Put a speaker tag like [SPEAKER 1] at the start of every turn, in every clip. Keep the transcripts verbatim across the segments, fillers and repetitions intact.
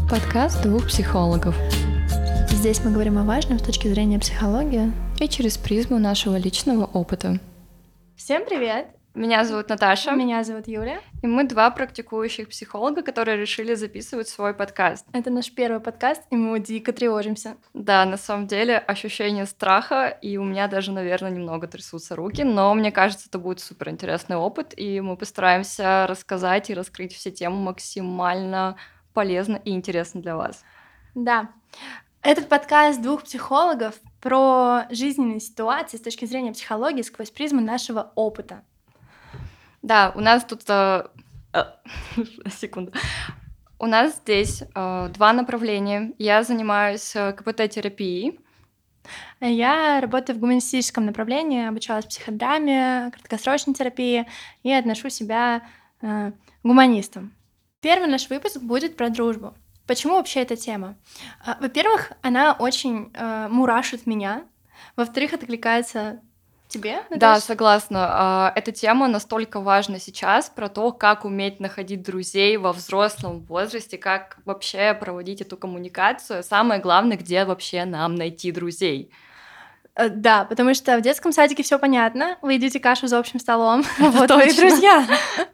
[SPEAKER 1] Подкаст двух психологов.
[SPEAKER 2] Здесь мы говорим о важном с точки зрения психологии
[SPEAKER 1] и через призму нашего личного опыта.
[SPEAKER 2] Всем привет!
[SPEAKER 3] Меня зовут Наташа.
[SPEAKER 2] Меня зовут Юля.
[SPEAKER 3] И мы два практикующих психолога, которые решили записывать свой подкаст.
[SPEAKER 2] Это наш первый подкаст, и мы дико тревожимся.
[SPEAKER 3] Да, на самом деле ощущение страха, и у меня даже, наверное, немного трясутся руки, но мне кажется, это будет суперинтересный опыт, и мы постараемся рассказать и раскрыть все темы максимально полезно и интересно для вас.
[SPEAKER 2] Да. Этот подкаст двух психологов про жизненные ситуации с точки зрения психологии сквозь призму нашего опыта.
[SPEAKER 3] Да, у нас тут... Э, э, секунду. У нас здесь э, два направления. Я занимаюсь КПТ-терапией.
[SPEAKER 2] Я работаю в гуманистическом направлении, обучалась психодраме, краткосрочной терапии и отношу себя э, гуманистом. Первый наш выпуск будет про дружбу. Почему вообще эта тема? Во-первых, она очень э, мурашит меня. Во-вторых, откликается тебе, Наташа?
[SPEAKER 3] Да, согласна. Эта тема настолько важна сейчас, про то, как уметь находить друзей во взрослом возрасте, как вообще проводить эту коммуникацию. Самое главное, где вообще нам найти друзей.
[SPEAKER 2] Да, потому что в детском садике все понятно. Вы едите кашу за общим столом. Вот твои друзья.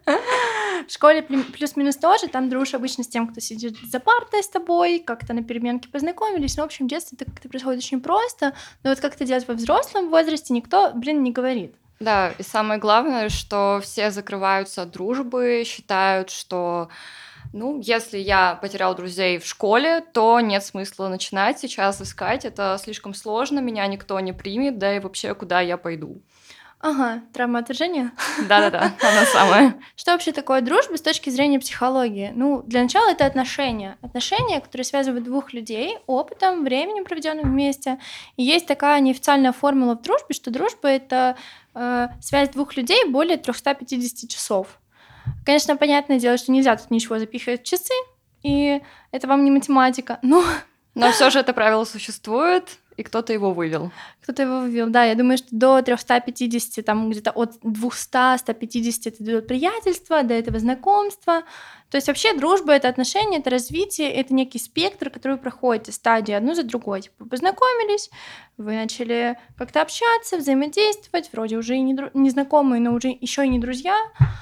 [SPEAKER 2] В школе плюс-минус тоже, там дружишь обычно с тем, кто сидит за партой с тобой, как-то на переменке познакомились, но в общем в детстве это как-то происходит очень просто, но вот как это делать во взрослом возрасте, никто, блин, не говорит.
[SPEAKER 3] Да, и самое главное, что все закрываются от дружбы, считают, что, ну, если я потерял друзей в школе, то нет смысла начинать сейчас искать, это слишком сложно, меня никто не примет, да и вообще куда я пойду.
[SPEAKER 2] Ага, травма отвержения?
[SPEAKER 3] Да-да-да, она самая.
[SPEAKER 2] Что вообще такое дружба с точки зрения психологии? Ну, для начала это отношения. Отношения, которые связывают двух людей опытом, временем, проведенным вместе. И есть такая неофициальная формула в дружбе, что дружба — это э, связь двух людей более триста пятьдесят часов. Конечно, понятное дело, что нельзя тут ничего запихивать в часы, и это вам не математика, но...
[SPEAKER 3] Но все же это правило существует, и кто-то его вывел.
[SPEAKER 2] Кто-то его вывел, да. Я думаю, что до триста пятьдесят, там где-то от двухсот - ста пятидесяти это идет приятельство, до этого знакомство. То есть вообще дружба — это отношения, это развитие, это некий спектр, который вы проходите, стадии одну за другой. Типа познакомились, вы начали как-то общаться, взаимодействовать, вроде уже и не, дру... не знакомые, но уже еще и не друзья.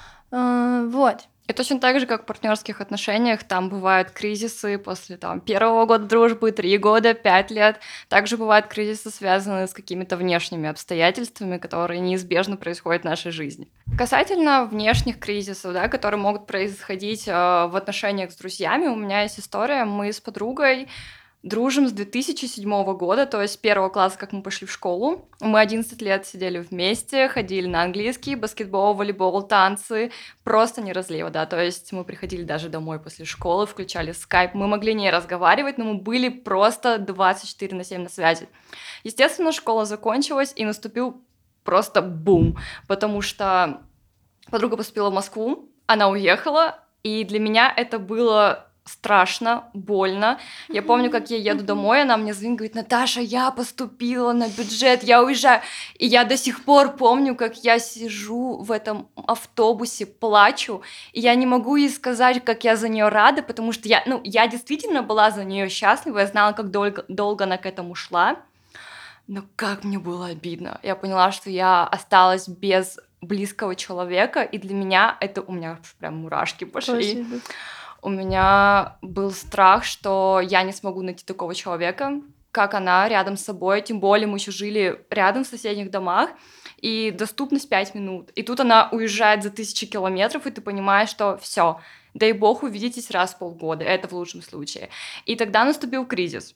[SPEAKER 2] Uh, вот.
[SPEAKER 3] И точно так же, как в партнерских отношениях, там бывают кризисы после там, первого года дружбы, три года, пять лет. Также бывают кризисы, связанные с какими-то внешними обстоятельствами, которые неизбежно происходят в нашей жизни. Касательно внешних кризисов, да, которые могут происходить э, в отношениях с друзьями, у меня есть история. Мы с подругой дружим с две тысячи седьмого года, то есть с первого класса, как мы пошли в школу. Мы одиннадцать лет сидели вместе, ходили на английский, баскетбол, волейбол, танцы. Просто не разлива, да. То есть мы приходили даже домой после школы, включали скайп. Мы могли не разговаривать, но мы были просто двадцать четыре на семь на связи. Естественно, школа закончилась, и наступил просто бум, потому что подруга поступила в Москву, она уехала, и для меня это было... страшно, больно. Я помню, как я еду домой, она мне звонит, говорит: Наташа, я поступила на бюджет, я уезжаю. И я до сих пор помню, как я сижу в этом автобусе, плачу, и я не могу ей сказать, как я за нее рада, потому что я, ну, я действительно была за нее счастлива, я знала, как долго, долго она к этому шла, но как мне было обидно. Я поняла, что я осталась без близкого человека, и для меня это, у меня прям мурашки пошли. У меня был страх, что я не смогу найти такого человека, как она, рядом с собой. Тем более мы еще жили рядом в соседних домах, и доступность пять минут. И тут она уезжает за тысячи километров, и ты понимаешь, что все, дай бог, увидитесь раз в полгода, это в лучшем случае. И тогда наступил кризис.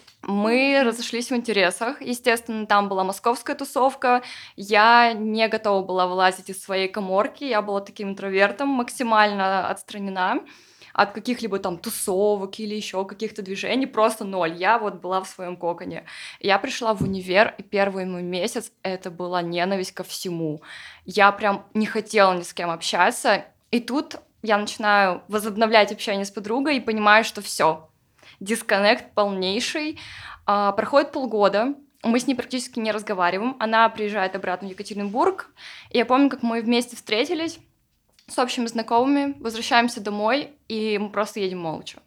[SPEAKER 3] Мы разошлись в интересах. Естественно, там была московская тусовка. Я не готова была вылазить из своей каморки. Я была таким интровертом, максимально отстранена от каких-либо там тусовок или еще каких-то движений, просто ноль. Я вот была в своем коконе. Я пришла в универ, и первый мой месяц это была ненависть ко всему. Я прям не хотела ни с кем общаться. И тут я начинаю возобновлять общение с подругой и понимаю, что все, дисконнект полнейший. А, проходит полгода, мы с ней практически не разговариваем. Она приезжает обратно в Екатеринбург. И я помню, как мы вместе встретились с общими знакомыми, возвращаемся домой, и мы просто едем молча.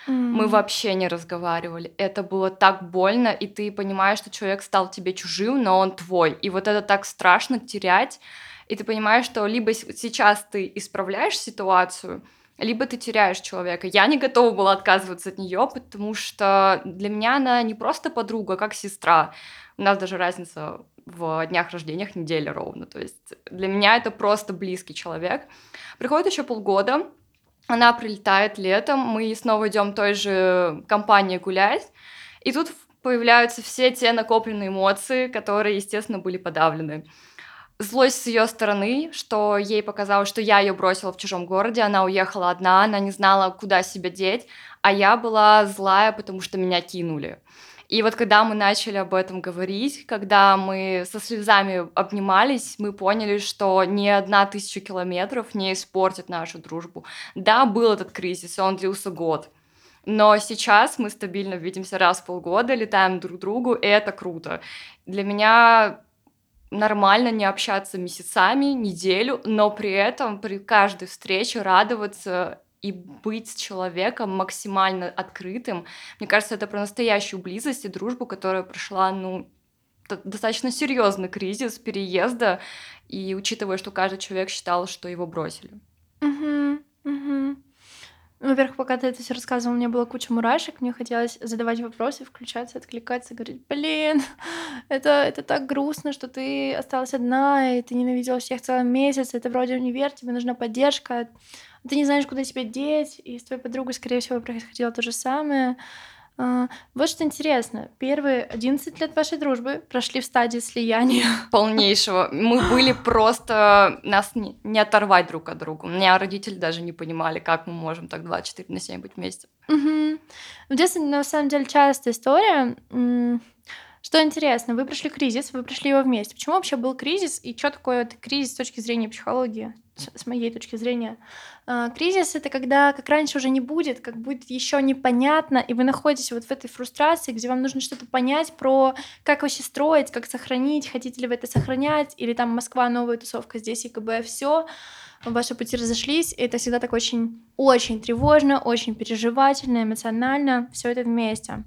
[SPEAKER 3] Мы
[SPEAKER 2] М.
[SPEAKER 3] вообще не разговаривали. Это было так больно, и ты понимаешь, что человек стал тебе чужим, но он твой. И вот это так страшно терять. И ты понимаешь, что либо с- сейчас ты исправляешь ситуацию, либо ты теряешь человека. Я не готова была отказываться от нее, потому что для меня она не просто подруга, а как сестра. У нас даже разница в днях рождениях неделя ровно. То есть для меня это просто близкий человек. Приходит еще полгода, она прилетает летом, мы снова идем той же компанией гулять, и тут появляются все те накопленные эмоции, которые, естественно, были подавлены. Злость с ее стороны, что ей показалось, что я ее бросила в чужом городе, она уехала одна, она не знала, куда себя деть, а я была злая, потому что меня кинули. И вот когда мы начали об этом говорить, когда мы со слезами обнимались, мы поняли, что ни одна тысяча километров не испортит нашу дружбу. Да, был этот кризис, и он длился год. Но сейчас мы стабильно видимся раз в полгода, летаем друг к другу, и это круто. Для меня нормально не общаться месяцами, неделю, но при этом при каждой встрече радоваться и быть с человеком максимально открытым. Мне кажется, это про настоящую близость и дружбу, которая прошла, ну, д- достаточно серьезный кризис переезда, и учитывая, что каждый человек считал, что его бросили.
[SPEAKER 2] Мгм, мгм. Ну, во-первых, пока ты это все рассказывал, у меня была куча мурашек, мне хотелось задавать вопросы, включаться, откликаться, говорить: "Блин, это это так грустно, что ты осталась одна, и ты ненавидела всех целый месяц. Это вроде универ, тебе нужна поддержка, а ты не знаешь, куда себя деть". И с твоей подругой, скорее всего, происходило то же самое. А, вот что интересно, первые одиннадцать лет вашей дружбы прошли в стадии слияния.
[SPEAKER 3] Полнейшего. Мы были просто... Нас не, не оторвать друг от друга. У меня родители даже не понимали, как мы можем так двадцать четыре на семь быть вместе.
[SPEAKER 2] Мгм. В детстве, на самом деле, частая история. М, Что интересно, вы прошли кризис, вы прошли его вместе. Почему вообще был кризис и что такое это кризис с точки зрения психологии, с с моей точки зрения? А, Кризис это когда как раньше уже не будет, как будет еще непонятно, и вы находитесь вот в этой фрустрации, где вам нужно что-то понять про как вообще строить, как сохранить, хотите ли вы это сохранять, или там Москва, новая тусовка, здесь ЕКБ, все, ваши пути разошлись. И это всегда так очень, очень тревожно, очень переживательно, эмоционально, все это вместе.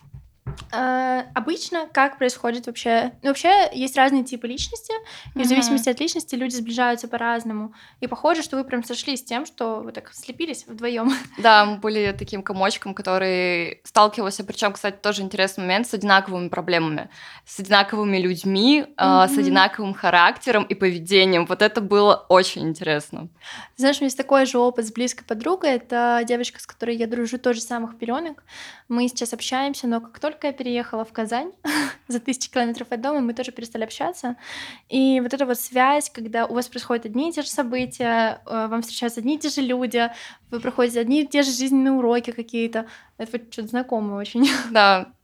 [SPEAKER 2] Э, обычно как происходит вообще? Ну, вообще есть разные типы личности, и в
[SPEAKER 3] Мгм.
[SPEAKER 2] зависимости от личности люди сближаются по-разному. И похоже, что вы прям сошлись с тем, что вы так слепились вдвоем.
[SPEAKER 3] Да, мы были таким комочком, который сталкивался, причем, кстати, тоже интересный момент, с одинаковыми проблемами, с одинаковыми людьми, а, с
[SPEAKER 2] Мгм.
[SPEAKER 3] одинаковым характером и поведением. Вот это было очень интересно.
[SPEAKER 2] Знаешь, у меня есть такой же опыт с близкой подругой. Это девочка, с которой я дружу тоже с самых пеленок. Мы сейчас общаемся, но как только я переехала в Казань за тысячи километров от дома, мы тоже перестали общаться. И вот эта вот связь, когда у вас происходят одни и те же события, э, вам встречаются одни и те же люди, вы проходите одни и те же жизненные уроки какие-то. Это вот что-то знакомое очень.
[SPEAKER 3] Да,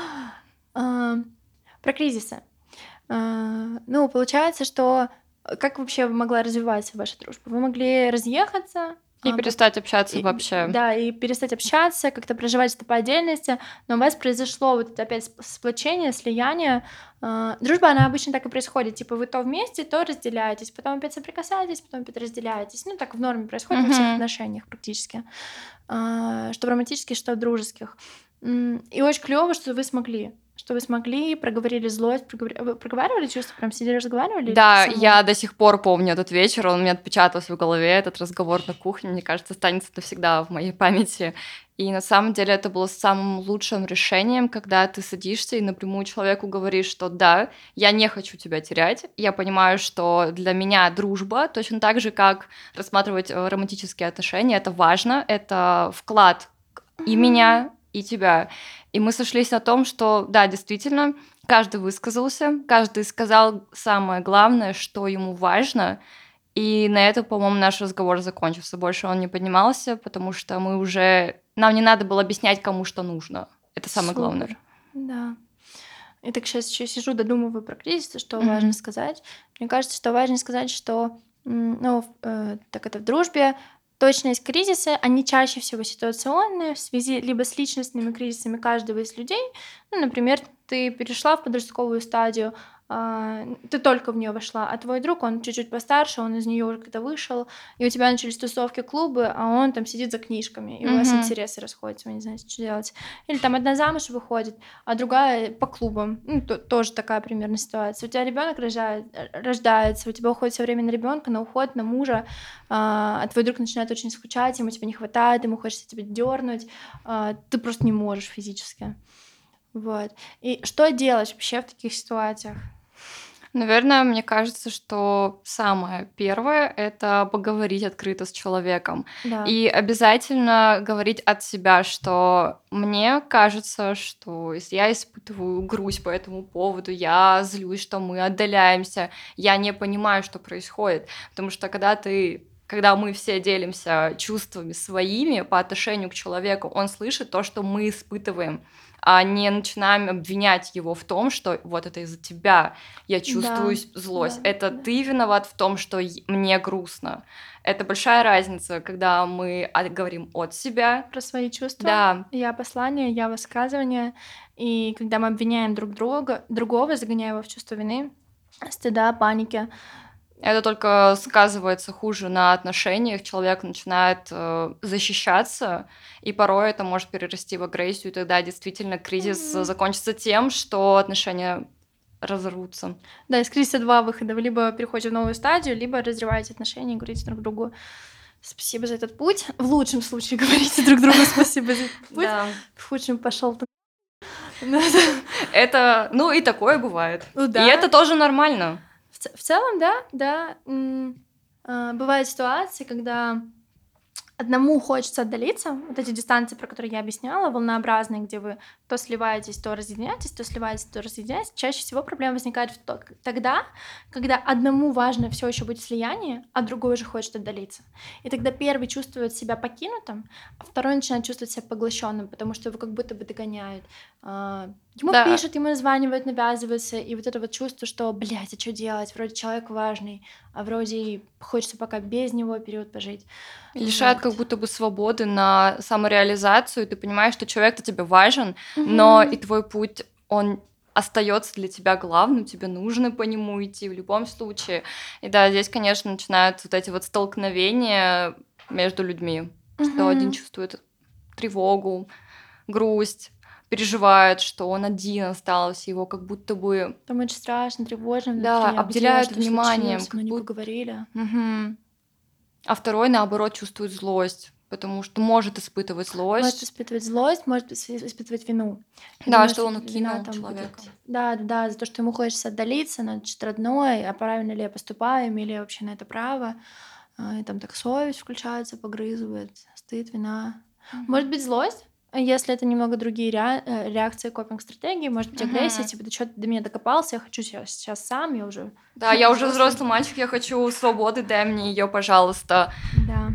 [SPEAKER 2] А, Про кризисы. А, Ну, получается, что э, как вообще могла развиваться ваша дружба? Вы могли разъехаться,
[SPEAKER 3] и
[SPEAKER 2] а, пот-
[SPEAKER 3] перестать общаться
[SPEAKER 2] и, д-
[SPEAKER 3] вообще.
[SPEAKER 2] да, и перестать общаться, как-то проживать это по отдельности, но у вас произошло вот это опять сп- сплочение, слияние. А, Дружба, она обычно так и происходит. Типа вы то вместе, то разделяетесь, потом опять соприкасаетесь, потом опять разделяетесь. Ну, так в норме происходит во всех
[SPEAKER 3] Мгм.
[SPEAKER 2] отношениях практически. А, Что в романтических, что в дружеских. М, И очень клево, что вы смогли. Что вы смогли, проговорили злость, проговори- вы проговаривали чувства, прям сидели, разговаривали или это
[SPEAKER 3] Да,
[SPEAKER 2] само?
[SPEAKER 3] я до сих пор помню этот вечер, он у меня отпечатался в голове, этот разговор на кухне, мне кажется, останется навсегда в моей памяти. И на самом деле это было самым лучшим решением, когда ты садишься и напрямую человеку говоришь, что да, я не хочу тебя терять, я понимаю, что для меня дружба, точно так же, как рассматривать э, романтические отношения, это важно, это вклад и
[SPEAKER 2] Мгм.
[SPEAKER 3] меня, и тебя. И мы сошлись на том, что да, действительно, каждый высказался, каждый сказал самое главное, что ему важно, и на это, по-моему, наш разговор закончился. Больше он не поднимался, потому что мы уже... Нам не надо было объяснять, кому что нужно. Это самое главное.
[SPEAKER 2] Супер. Да. И так сейчас еще сижу, додумываю про кризис, что важно
[SPEAKER 3] Мгм.
[SPEAKER 2] сказать. Мне кажется, что важно сказать, что м, ну, в- э, так это в дружбе точно есть кризисы, они чаще всего ситуационные в связи либо с личностными кризисами каждого из людей. Ну, например, ты перешла в подростковую стадию, а, ты только в нее вошла, а твой друг, он чуть-чуть постарше, он из нее уже как-то вышел, и у тебя начались тусовки, клубы, а он там сидит за книжками, и у вас
[SPEAKER 3] Мгм.
[SPEAKER 2] интересы расходятся, вы не знаете, что делать. Или там одна замуж выходит, а другая по клубам. Ну, то- тоже такая примерно ситуация. У тебя ребенок рожает, э, рождается, у тебя уходит все время на ребенка, на уход, на мужа, а, а твой друг начинает очень скучать, ему тебя не хватает, ему хочется тебя дернуть, ты просто не можешь физически. Вот. И что делать вообще в таких ситуациях?
[SPEAKER 3] Наверное, мне кажется, что самое первое — это поговорить открыто с человеком.
[SPEAKER 2] Да.
[SPEAKER 3] И обязательно говорить от себя, что мне кажется, что если я испытываю грусть по этому поводу, я злюсь, что мы отдаляемся, я не понимаю, что происходит. Потому что когда ты когда мы все делимся чувствами своими по отношению к человеку, он слышит то, что мы испытываем, а не начинаем обвинять его в том, что вот это из-за тебя я чувствую
[SPEAKER 2] Да,
[SPEAKER 3] злость.
[SPEAKER 2] да,
[SPEAKER 3] Это
[SPEAKER 2] да.
[SPEAKER 3] ты виноват в том, что й- мне грустно. Это большая разница, когда мы от- говорим от себя.
[SPEAKER 2] Про свои чувства.
[SPEAKER 3] Да,
[SPEAKER 2] Я послание, я высказывание. И когда мы обвиняем друг друга, другого, загоняя его в чувство вины, стыда, паники.
[SPEAKER 3] это только сказывается хуже на отношениях. Человек начинает э, защищаться, и порой это может перерасти в агрессию, и тогда действительно кризис
[SPEAKER 2] Мгм.
[SPEAKER 3] закончится тем, что отношения разорвутся.
[SPEAKER 2] Да, из кризиса два выхода. Вы либо переходите в новую стадию, либо разрываете отношения и говорите друг другу спасибо за этот путь. В лучшем случае говорите друг другу спасибо за этот путь.
[SPEAKER 3] Да.
[SPEAKER 2] В худшем пошел ты.
[SPEAKER 3] Это, ну и такое бывает.
[SPEAKER 2] Ну
[SPEAKER 3] И
[SPEAKER 2] да.
[SPEAKER 3] это тоже нормально.
[SPEAKER 2] В, ц- в целом, да, да. м, а, Бывают ситуации, когда одному хочется отдалиться. Вот эти дистанции, про которые я объясняла, волнообразные, где вы то сливаетесь, то разъединяетесь, то сливаетесь, то разъединяетесь. Чаще всего проблема возникает в то- тогда, когда одному важно все еще быть в слиянии, а другой уже хочет отдалиться. И тогда первый чувствует себя покинутым, а второй начинает чувствовать себя поглощенным, потому что его как будто бы догоняют. А, Ему
[SPEAKER 3] Да.
[SPEAKER 2] пишут, ему названивают, навязываются, и вот это вот чувство, что, блядь, а что делать? Вроде человек важный, а вроде и хочется пока без него период пожить.
[SPEAKER 3] Лишает
[SPEAKER 2] Вот.
[SPEAKER 3] как будто бы свободы на самореализацию, и ты понимаешь, что человек-то тебе важен, но
[SPEAKER 2] Мгм.
[SPEAKER 3] и твой путь, он остается для тебя главным, тебе нужно по нему идти в любом случае. И да, здесь, конечно, начинаются вот эти вот столкновения между людьми, что один
[SPEAKER 2] Мгм.
[SPEAKER 3] чувствует тревогу, грусть, переживает, что он один остался, его как будто бы
[SPEAKER 2] Там очень страшно, тревожно внутри.
[SPEAKER 3] да,
[SPEAKER 2] а где,
[SPEAKER 3] обделяют
[SPEAKER 2] что
[SPEAKER 3] вниманием,
[SPEAKER 2] случилось,
[SPEAKER 3] как
[SPEAKER 2] мы не
[SPEAKER 3] будто.
[SPEAKER 2] поговорили.
[SPEAKER 3] Мгм. А второй, наоборот, чувствует злость, потому что может испытывать
[SPEAKER 2] Может
[SPEAKER 3] злость.
[SPEAKER 2] испытывать злость, может ис- испытывать вину. Я
[SPEAKER 3] Да,
[SPEAKER 2] думаю,
[SPEAKER 3] что он
[SPEAKER 2] эта вина
[SPEAKER 3] укинул
[SPEAKER 2] там
[SPEAKER 3] человека.
[SPEAKER 2] будет. Да, да, да, за то, что ему хочется отдалиться, но это что-то родное, а правильно ли я поступаю, имею ли я вообще на это право. А, И там так совесть включается, погрызывает, стыд, вина. Может быть, злость, а если это немного другие rea- э, реакции, копинг-стратегии, может быть, агрессия,
[SPEAKER 3] Мгм.
[SPEAKER 2] типа, ты что, до меня докопался, я хочу сейчас, сейчас сам, я уже
[SPEAKER 3] Да, я уже
[SPEAKER 2] взрослый.
[SPEAKER 3] взрослый мальчик, я хочу свободы, дай мне ее, пожалуйста.
[SPEAKER 2] Да.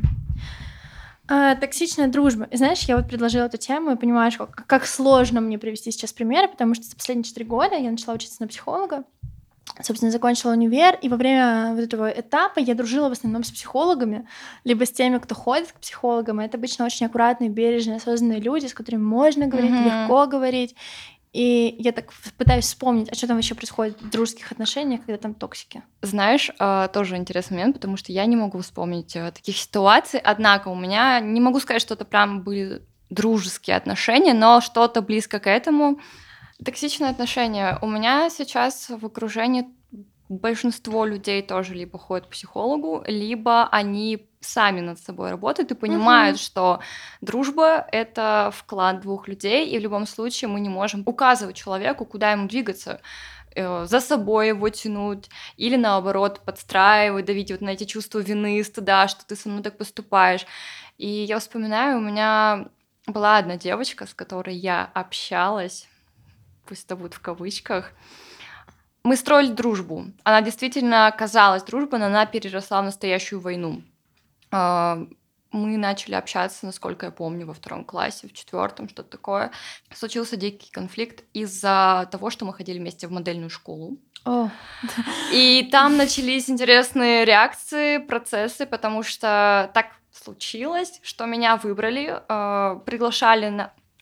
[SPEAKER 2] А, токсичная дружба. И знаешь, я вот предложила эту тему и понимаешь, как, как сложно мне привести сейчас примеры, потому что за последние четыре года я начала учиться на психолога, собственно, закончила универ, и во время вот этого этапа я дружила в основном с психологами, либо с теми, кто ходит к психологам. И это обычно очень аккуратные, бережные, осознанные люди, с которыми можно говорить,
[SPEAKER 3] Мгм.
[SPEAKER 2] легко говорить. И я так в- пытаюсь вспомнить, а что там вообще происходит в дружеских отношениях, когда там токсики.
[SPEAKER 3] Знаешь, а, тоже интересный момент, потому что я не могу вспомнить э, таких ситуаций, однако у меня, не могу сказать, что это прям были дружеские отношения, но что-то близко к этому. Токсичные отношения. У меня сейчас в окружении большинство людей тоже либо ходят к психологу, либо они сами над собой работают и понимают,
[SPEAKER 2] Мгм.
[SPEAKER 3] что дружба — это вклад двух людей, и в любом случае мы не можем указывать человеку, куда ему двигаться, э, за собой его тянуть, или наоборот подстраивать, давить вот на эти чувства вины, стыда, что ты со мной так поступаешь. И я вспоминаю, у меня была одна девочка, с которой я общалась, пусть это будет в кавычках. Мы строили дружбу. Она действительно казалась дружбой, но она переросла в настоящую войну. А, Мы начали общаться, насколько я помню, во втором классе, в четвертом, что-то такое. Случился дикий конфликт из-за того, что мы ходили вместе в модельную школу.
[SPEAKER 2] О,
[SPEAKER 3] И там начались интересные реакции, процессы, потому что так случилось, что меня выбрали, э, приглашали на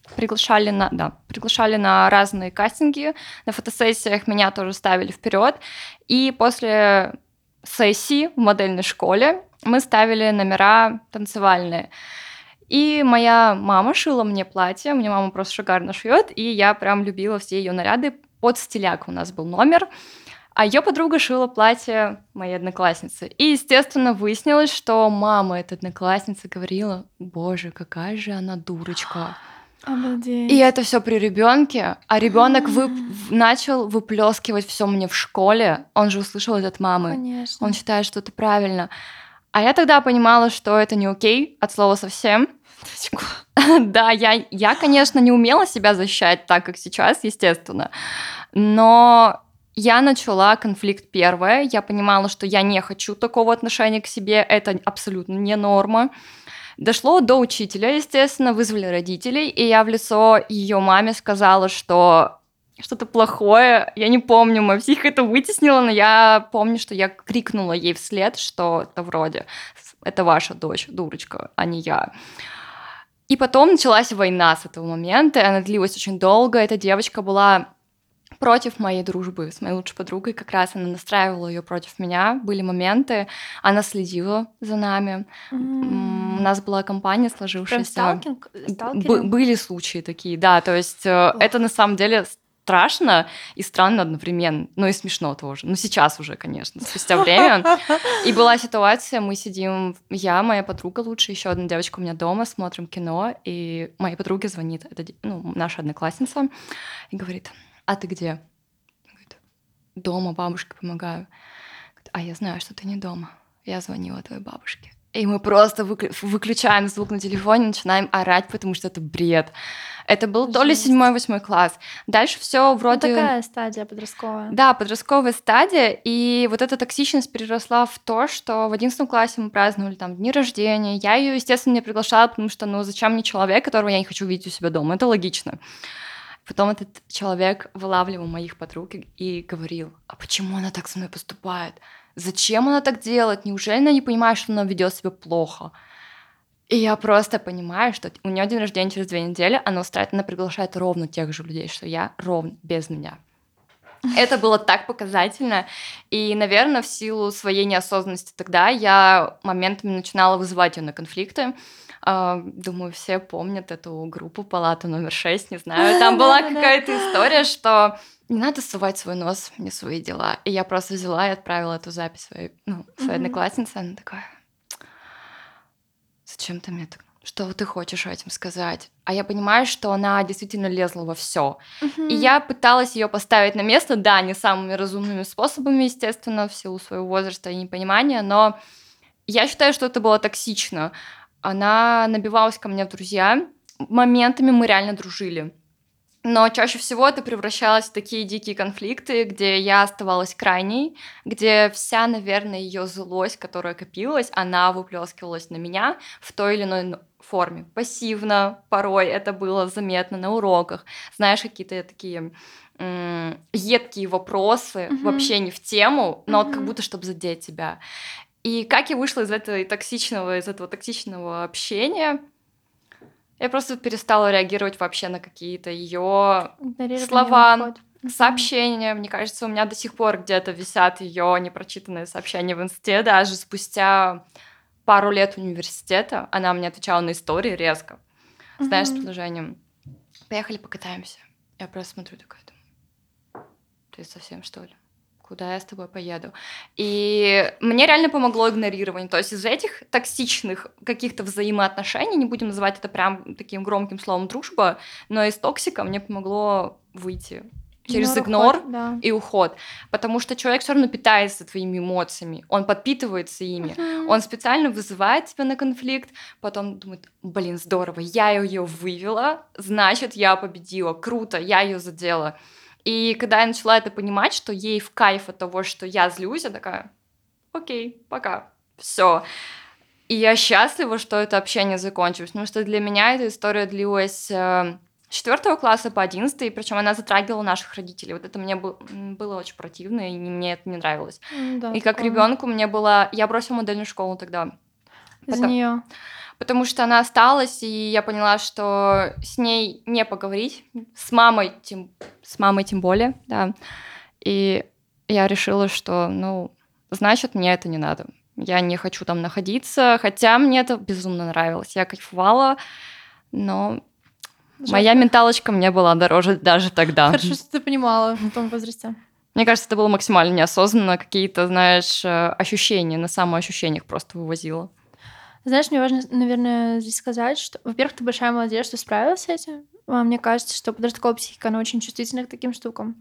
[SPEAKER 3] приглашали на, да, приглашали на разные кастинги, на фотосессиях меня тоже ставили вперед, и после сессии в модельной школе мы ставили номера танцевальные. И моя мама шила мне платье, мне мама просто шикарно шьет, и я прям любила все ее наряды. Под стиляк у нас был номер, а ее подруга шила платье моей одноклассницы. И, естественно, выяснилось, что мама этой одноклассницы говорила: боже, какая же она дурочка.
[SPEAKER 2] Обалдеть.
[SPEAKER 3] И это все при ребенке, а ребенок вы... начал выплескивать все мне в школе. Он же услышал это от мамы.
[SPEAKER 2] Конечно.
[SPEAKER 3] Он считает, что это правильно. А я тогда понимала, что это не окей, от слова совсем. Да, я, я, конечно, не умела себя защищать так, как сейчас, естественно, но я начала конфликт первое, я понимала, что я не хочу такого отношения к себе, это абсолютно не норма. Дошло до учителя, естественно, вызвали родителей, и я в лицо ее маме сказала, что что-то плохое, я не помню, моя психика это вытеснила, но я помню, что я крикнула ей вслед, что это вроде «это ваша дочь, дурочка, а не я». И потом началась война с этого момента, и она длилась очень долго. Эта девочка была против моей дружбы с моей лучшей подругой, как раз она настраивала ее против меня. Были моменты, она следила за нами. Mm. У нас была компания сложившаяся.
[SPEAKER 2] Прям сталкинг?
[SPEAKER 3] Б- были случаи такие, да. То есть oh. это на самом деле страшно и странно одновременно. Ну и смешно тоже. Ну сейчас уже, конечно, спустя время. И была ситуация, мы сидим, я, моя подруга лучше, еще одна девочка у меня дома, смотрим кино, и моей подруге звонит, это, ну, наша одноклассница, и говорит: а ты где? Говорит: дома, бабушке помогаю. Говорит: а я знаю, что ты не дома. Я звонила твоей бабушке. И мы просто выклю- выключаем звук на телефоне, начинаем орать, потому что это бред. Это был Жесть. То ли седьмой-восьмой класс. Дальше все вроде...
[SPEAKER 2] Ну, такая стадия подростковая.
[SPEAKER 3] Да, подростковая стадия. И вот эта токсичность переросла в то, что в одиннадцатом классе мы праздновали там дни рождения. Я ее, естественно, не приглашала, потому что, ну, зачем мне человек, которого я не хочу видеть у себя дома? Это логично. Потом этот человек вылавливал моих подруг и говорил: а почему она так со мной поступает? Зачем она так делает? Неужели она не понимает, что она ведет себя плохо? И я просто понимаю, что у нее день рождения через две недели, она устраивает, она приглашает ровно тех же людей, что я, ровно, без меня. Это было так показательно. И, наверное, в силу своей неосознанности тогда я моментами начинала вызывать ее на конфликты. Думаю, все помнят эту группу «Палата номер шесть», не знаю. Там была какая-то история, что не надо совать свой нос в не свои дела. И я просто взяла и отправила эту запись своей, ну, своей однокласснице. Она такая: зачем ты мне так? Что ты хочешь этим сказать? А я понимаю, что она действительно лезла во все. Uh-huh. И я пыталась ее поставить на место, да, не самыми разумными способами, естественно, в силу своего возраста и непонимания, но я считаю, что это было токсично. Она набивалась ко мне в друзья, моментами мы реально дружили. Но чаще всего это превращалось в такие дикие конфликты, где я оставалась крайней, где вся, наверное, ее злость, которая копилась, она выплескивалась на меня в той или иной форме. Пассивно, порой это было заметно на уроках. Знаешь, какие-то такие м- едкие вопросы, mm-hmm. вообще не в тему, но mm-hmm. вот как будто чтобы задеть тебя. И как я вышла из этого токсичного, из этого токсичного общения? Я просто перестала реагировать вообще на какие-то ее слова, сообщения. Мне кажется, у меня до сих пор где-то висят ее непрочитанные сообщения в инсте, даже спустя пару лет университета. Она мне отвечала на истории резко, mm-hmm. знаешь, с предложением: поехали покатаемся. Я просто смотрю, такая, думаю: ты совсем, что ли? Куда я с тобой поеду? И мне реально помогло игнорирование. То есть из этих токсичных каких-то взаимоотношений, не будем называть это прям таким громким словом дружба, но из токсика мне помогло выйти через игнор,
[SPEAKER 2] уход, да.
[SPEAKER 3] и уход. Потому что человек все равно питается твоими эмоциями, он подпитывается ими, uh-huh. он специально вызывает тебя на конфликт, потом думает: блин, здорово, я ее вывела, значит, я победила, круто, я ее задела. И когда я начала это понимать, что ей в кайф от того, что я злюсь, я такая: окей, пока, все. И я счастлива, что это общение закончилось, потому что для меня эта история длилась с четвёртого класса по одиннадцатый, причем она затрагивала наших родителей. Вот это мне было очень противно, и мне это не нравилось.
[SPEAKER 2] Да,
[SPEAKER 3] и как ребенку мне было... Я бросила модельную школу тогда.
[SPEAKER 2] Из-за нее.
[SPEAKER 3] потому что она осталась, и я поняла, что с ней не поговорить, с мамой тем, с мамой тем более, да. И я решила, что, ну, значит, мне это не надо. Я не хочу там находиться, хотя мне это безумно нравилось. Я кайфовала, но
[SPEAKER 2] Жалко.
[SPEAKER 3] моя менталочка мне была дороже даже тогда.
[SPEAKER 2] Хорошо, что ты понимала в том возрасте.
[SPEAKER 3] Мне кажется, это было максимально неосознанно, какие-то, знаешь, ощущения, на самоощущениях просто вывозила.
[SPEAKER 2] Знаешь, мне важно, наверное, здесь сказать, что, во-первых, ты большая молодец, что справилась с этим. А Мне кажется, что подростковая психика, она очень чувствительна к таким штукам.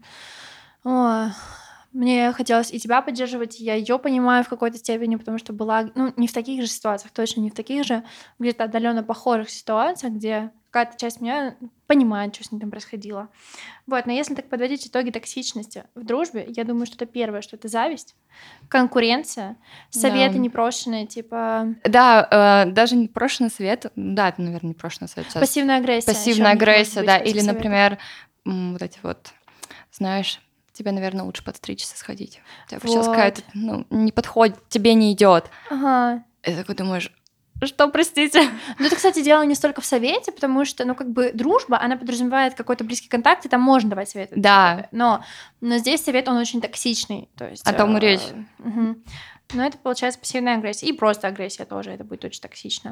[SPEAKER 2] О, Мне хотелось и тебя поддерживать, и я ее понимаю в какой-то степени, потому что была, ну, не в таких же ситуациях, точно не в таких же, где-то отдаленно похожих ситуациях, где какая-то часть меня понимает, что с ним там происходило. Вот, но если так подводить итоги токсичности в дружбе, я думаю, что это первое, что это зависть, конкуренция, советы
[SPEAKER 3] Да.
[SPEAKER 2] непрошенные, типа
[SPEAKER 3] Да, э, даже непрошенный совет, да, это, наверное, непрошенный совет сейчас.
[SPEAKER 2] пассивная агрессия.
[SPEAKER 3] Пассивная
[SPEAKER 2] ещё у них может
[SPEAKER 3] агрессия,
[SPEAKER 2] быть
[SPEAKER 3] да,
[SPEAKER 2] в этих
[SPEAKER 3] или,
[SPEAKER 2] советах.
[SPEAKER 3] например, м, вот эти вот, знаешь, тебе, наверное, лучше подстричься, сходить. У тебя сейчас
[SPEAKER 2] Вот.
[SPEAKER 3] какая-то, ну, не подходит, тебе не идет.
[SPEAKER 2] Ага.
[SPEAKER 3] И такой думаешь, что, простите?
[SPEAKER 2] Ну, это, кстати, дело не столько в совете, потому что, ну, как бы дружба, она подразумевает какой-то близкий контакт, и там можно давать советы.
[SPEAKER 3] Да.
[SPEAKER 2] типа, Но, но здесь совет, он очень токсичный. То есть,
[SPEAKER 3] О том и
[SPEAKER 2] э,
[SPEAKER 3] речь.
[SPEAKER 2] мгм. Но это, получается, пассивная агрессия. И просто агрессия тоже, это будет очень токсично.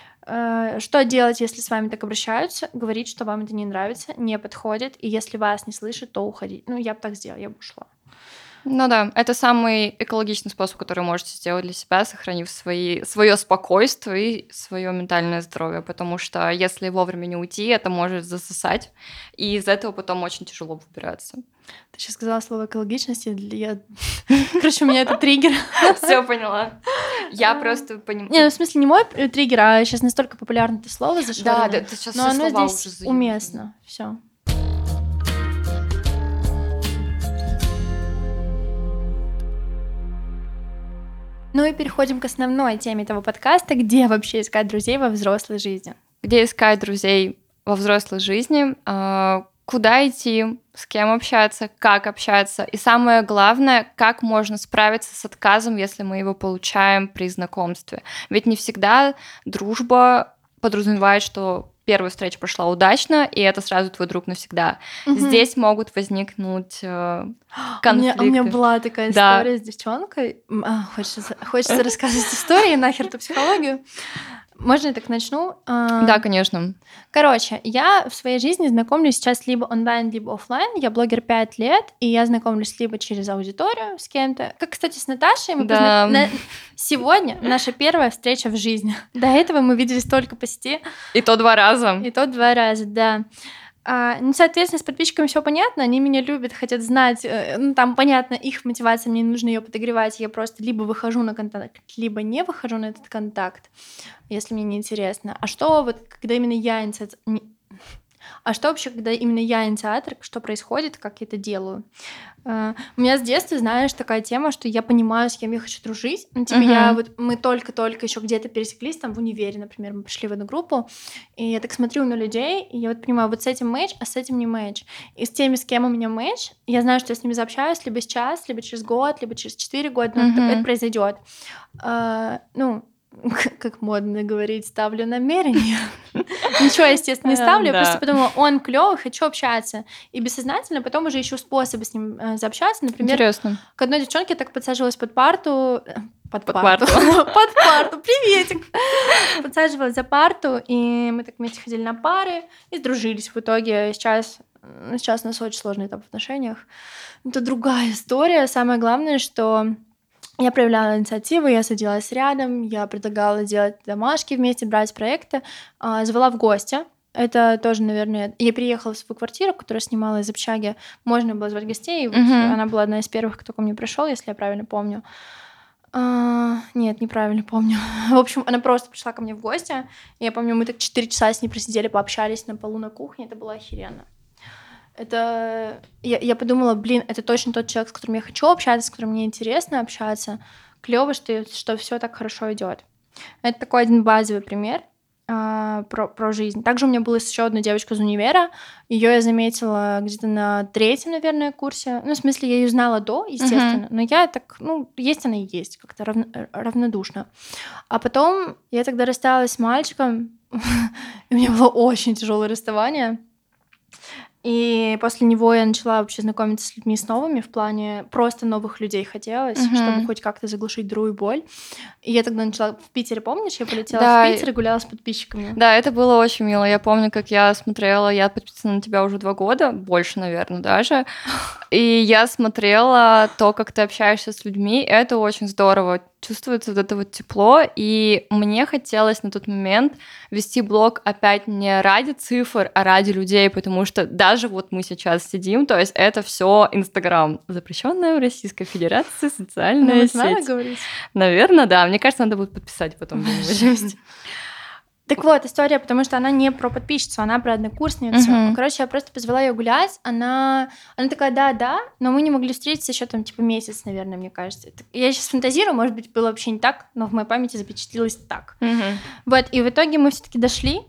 [SPEAKER 2] Э, Что делать, если с вами так обращаются? Говорить, что вам это не нравится, не подходит, и если вас не слышат, то уходить. Ну, я бы так сделала, я бы ушла.
[SPEAKER 3] Ну да, это самый экологичный способ, который вы можете сделать для себя, сохранив свои, свое спокойствие и свое ментальное здоровье, потому что если вовремя не уйти, это может засосать, и из этого потом очень тяжело выбираться.
[SPEAKER 2] Ты сейчас сказала слово экологичности, я... Короче, у меня это триггер.
[SPEAKER 3] Все поняла. Я просто
[SPEAKER 2] Не,
[SPEAKER 3] понимаю.
[SPEAKER 2] ну, в смысле, не мой э, триггер, а сейчас настолько популярно это слово
[SPEAKER 3] Да,
[SPEAKER 2] зашорено.
[SPEAKER 3] да, ты сейчас
[SPEAKER 2] Но
[SPEAKER 3] все
[SPEAKER 2] оно
[SPEAKER 3] слова
[SPEAKER 2] здесь
[SPEAKER 3] уже заявила.
[SPEAKER 2] уместно. Все. Ну и переходим к основной теме этого подкаста, где вообще искать друзей во взрослой жизни.
[SPEAKER 3] Где искать друзей во взрослой жизни, а, куда идти, с кем общаться, как общаться. И самое главное, как можно справиться с отказом, если мы его получаем при знакомстве. Ведь не всегда дружба подразумевает, что первая встреча прошла удачно, и это сразу твой друг навсегда.
[SPEAKER 2] Мгм.
[SPEAKER 3] Здесь могут возникнуть э,
[SPEAKER 2] У меня,
[SPEAKER 3] конфликты.
[SPEAKER 2] у меня была такая
[SPEAKER 3] Да.
[SPEAKER 2] история с девчонкой. М, а, хочется, хочется рассказывать истории, нахер эту психологию. Можно я так начну? А,
[SPEAKER 3] Да, конечно.
[SPEAKER 2] Короче, я в своей жизни знакомлюсь сейчас либо онлайн, либо оффлайн. Я блогер пять лет, и я знакомлюсь либо через аудиторию с кем-то. Как, кстати, с Наташей. Мы
[SPEAKER 3] Да.
[SPEAKER 2] позна- на- Сегодня наша первая встреча в жизни. До этого мы виделись только по сети.
[SPEAKER 3] И то два раза.
[SPEAKER 2] И то два раза, да. А, ну, соответственно, с подписчиками все понятно, они меня любят, хотят знать, э, ну, там, понятно, их мотивация, мне не нужно ее подогревать, я просто либо выхожу на контакт, либо не выхожу на этот контакт, если мне неинтересно. А что вот, когда именно я инициатор... А что вообще, когда именно я инициатор, что происходит, как я это делаю? Uh, у меня с детства, знаешь, такая тема, что я понимаю, с кем я хочу дружить. Ну, типа,
[SPEAKER 3] Мгм.
[SPEAKER 2] я вот, мы только-только еще где-то пересеклись, там, в универе, например, мы пришли в одну группу, и я так смотрю на людей, и я вот понимаю, вот с этим матч, а с этим не матч. И с теми, с кем у меня матч, я знаю, что я с ними заобщаюсь либо сейчас, либо через год, либо через четыре года, но это,
[SPEAKER 3] Мгм.
[SPEAKER 2] это произойдет. Uh, ну, как модно говорить, ставлю намерение. Ничего, естественно, не ставлю, я
[SPEAKER 3] Да.
[SPEAKER 2] просто подумала, он клёвый, хочу общаться. И бессознательно потом уже ищу способы с ним э, заобщаться. Например,
[SPEAKER 3] Интересно.
[SPEAKER 2] к одной девчонке я так подсаживалась под парту. э, Под,
[SPEAKER 3] Под
[SPEAKER 2] парту.
[SPEAKER 3] парту.
[SPEAKER 2] Под парту. Приветик. Подсаживалась за парту, и мы так вместе ходили на пары и сдружились. В итоге сейчас, м, сейчас у нас очень сложный этап в отношениях. Это другая история. Самое главное, что я проявляла инициативу, я садилась рядом, я предлагала делать домашки вместе, брать проекты, а, звала в гости. Это тоже, наверное... Я переехала в свою квартиру, которую снимала из общаги. Можно было звать гостей. И вот
[SPEAKER 3] Мгм.
[SPEAKER 2] она была одна из первых, кто ко мне пришел, если я правильно помню. А, нет, неправильно помню. В общем, она просто пришла ко мне в гости. Я помню, мы так четыре часа с ней просидели, пообщались на полу на кухне. Это было охеренно. Это... Я, я подумала, блин, это точно тот человек, с которым я хочу общаться, с которым мне интересно общаться. Клево, что, что все так хорошо идет. Это такой один базовый пример. а, про, про жизнь. Также у меня была еще одна девочка из универа. Ее я заметила где-то на третьем, наверное, курсе. Ну, в смысле, я ее знала до, естественно, uh-huh. но я так, ну, есть она и есть, как-то равно, равнодушно. А потом я тогда рассталась с мальчиком, и у меня было очень тяжелое расставание. И после него я начала вообще знакомиться с людьми с новыми, в плане просто новых людей хотелось, uh-huh. чтобы хоть как-то заглушить другую боль. И я тогда начала в Питере, помнишь, я полетела да, в Питер и гуляла с подписчиками.
[SPEAKER 3] Да, это было очень мило. Я помню, как я смотрела, я подписана на тебя уже два года, больше, наверное, даже. И я смотрела то, как ты общаешься с людьми, это очень здорово. Чувствуется вот это вот тепло, и мне хотелось на тот момент вести блог опять не ради цифр, а ради людей, потому что даже вот мы сейчас сидим, то есть это все Инстаграм, запрещенная в Российской Федерации социальная
[SPEAKER 2] ну,
[SPEAKER 3] сеть.
[SPEAKER 2] Надо говорить?
[SPEAKER 3] Наверное, да. Мне кажется, надо будет подписать потом где-нибудь.
[SPEAKER 2] Так вот, история, потому что она не про подписчицу, она про однокурсницу. Uh-huh. Короче, я просто позвала ее гулять, она, она такая, да-да, но мы не могли встретиться еще там, типа, месяц, наверное, мне кажется. Я сейчас фантазирую, может быть, было вообще не так, но в моей памяти запечатлилось так.
[SPEAKER 3] Uh-huh.
[SPEAKER 2] Вот, и в итоге мы все-таки дошли,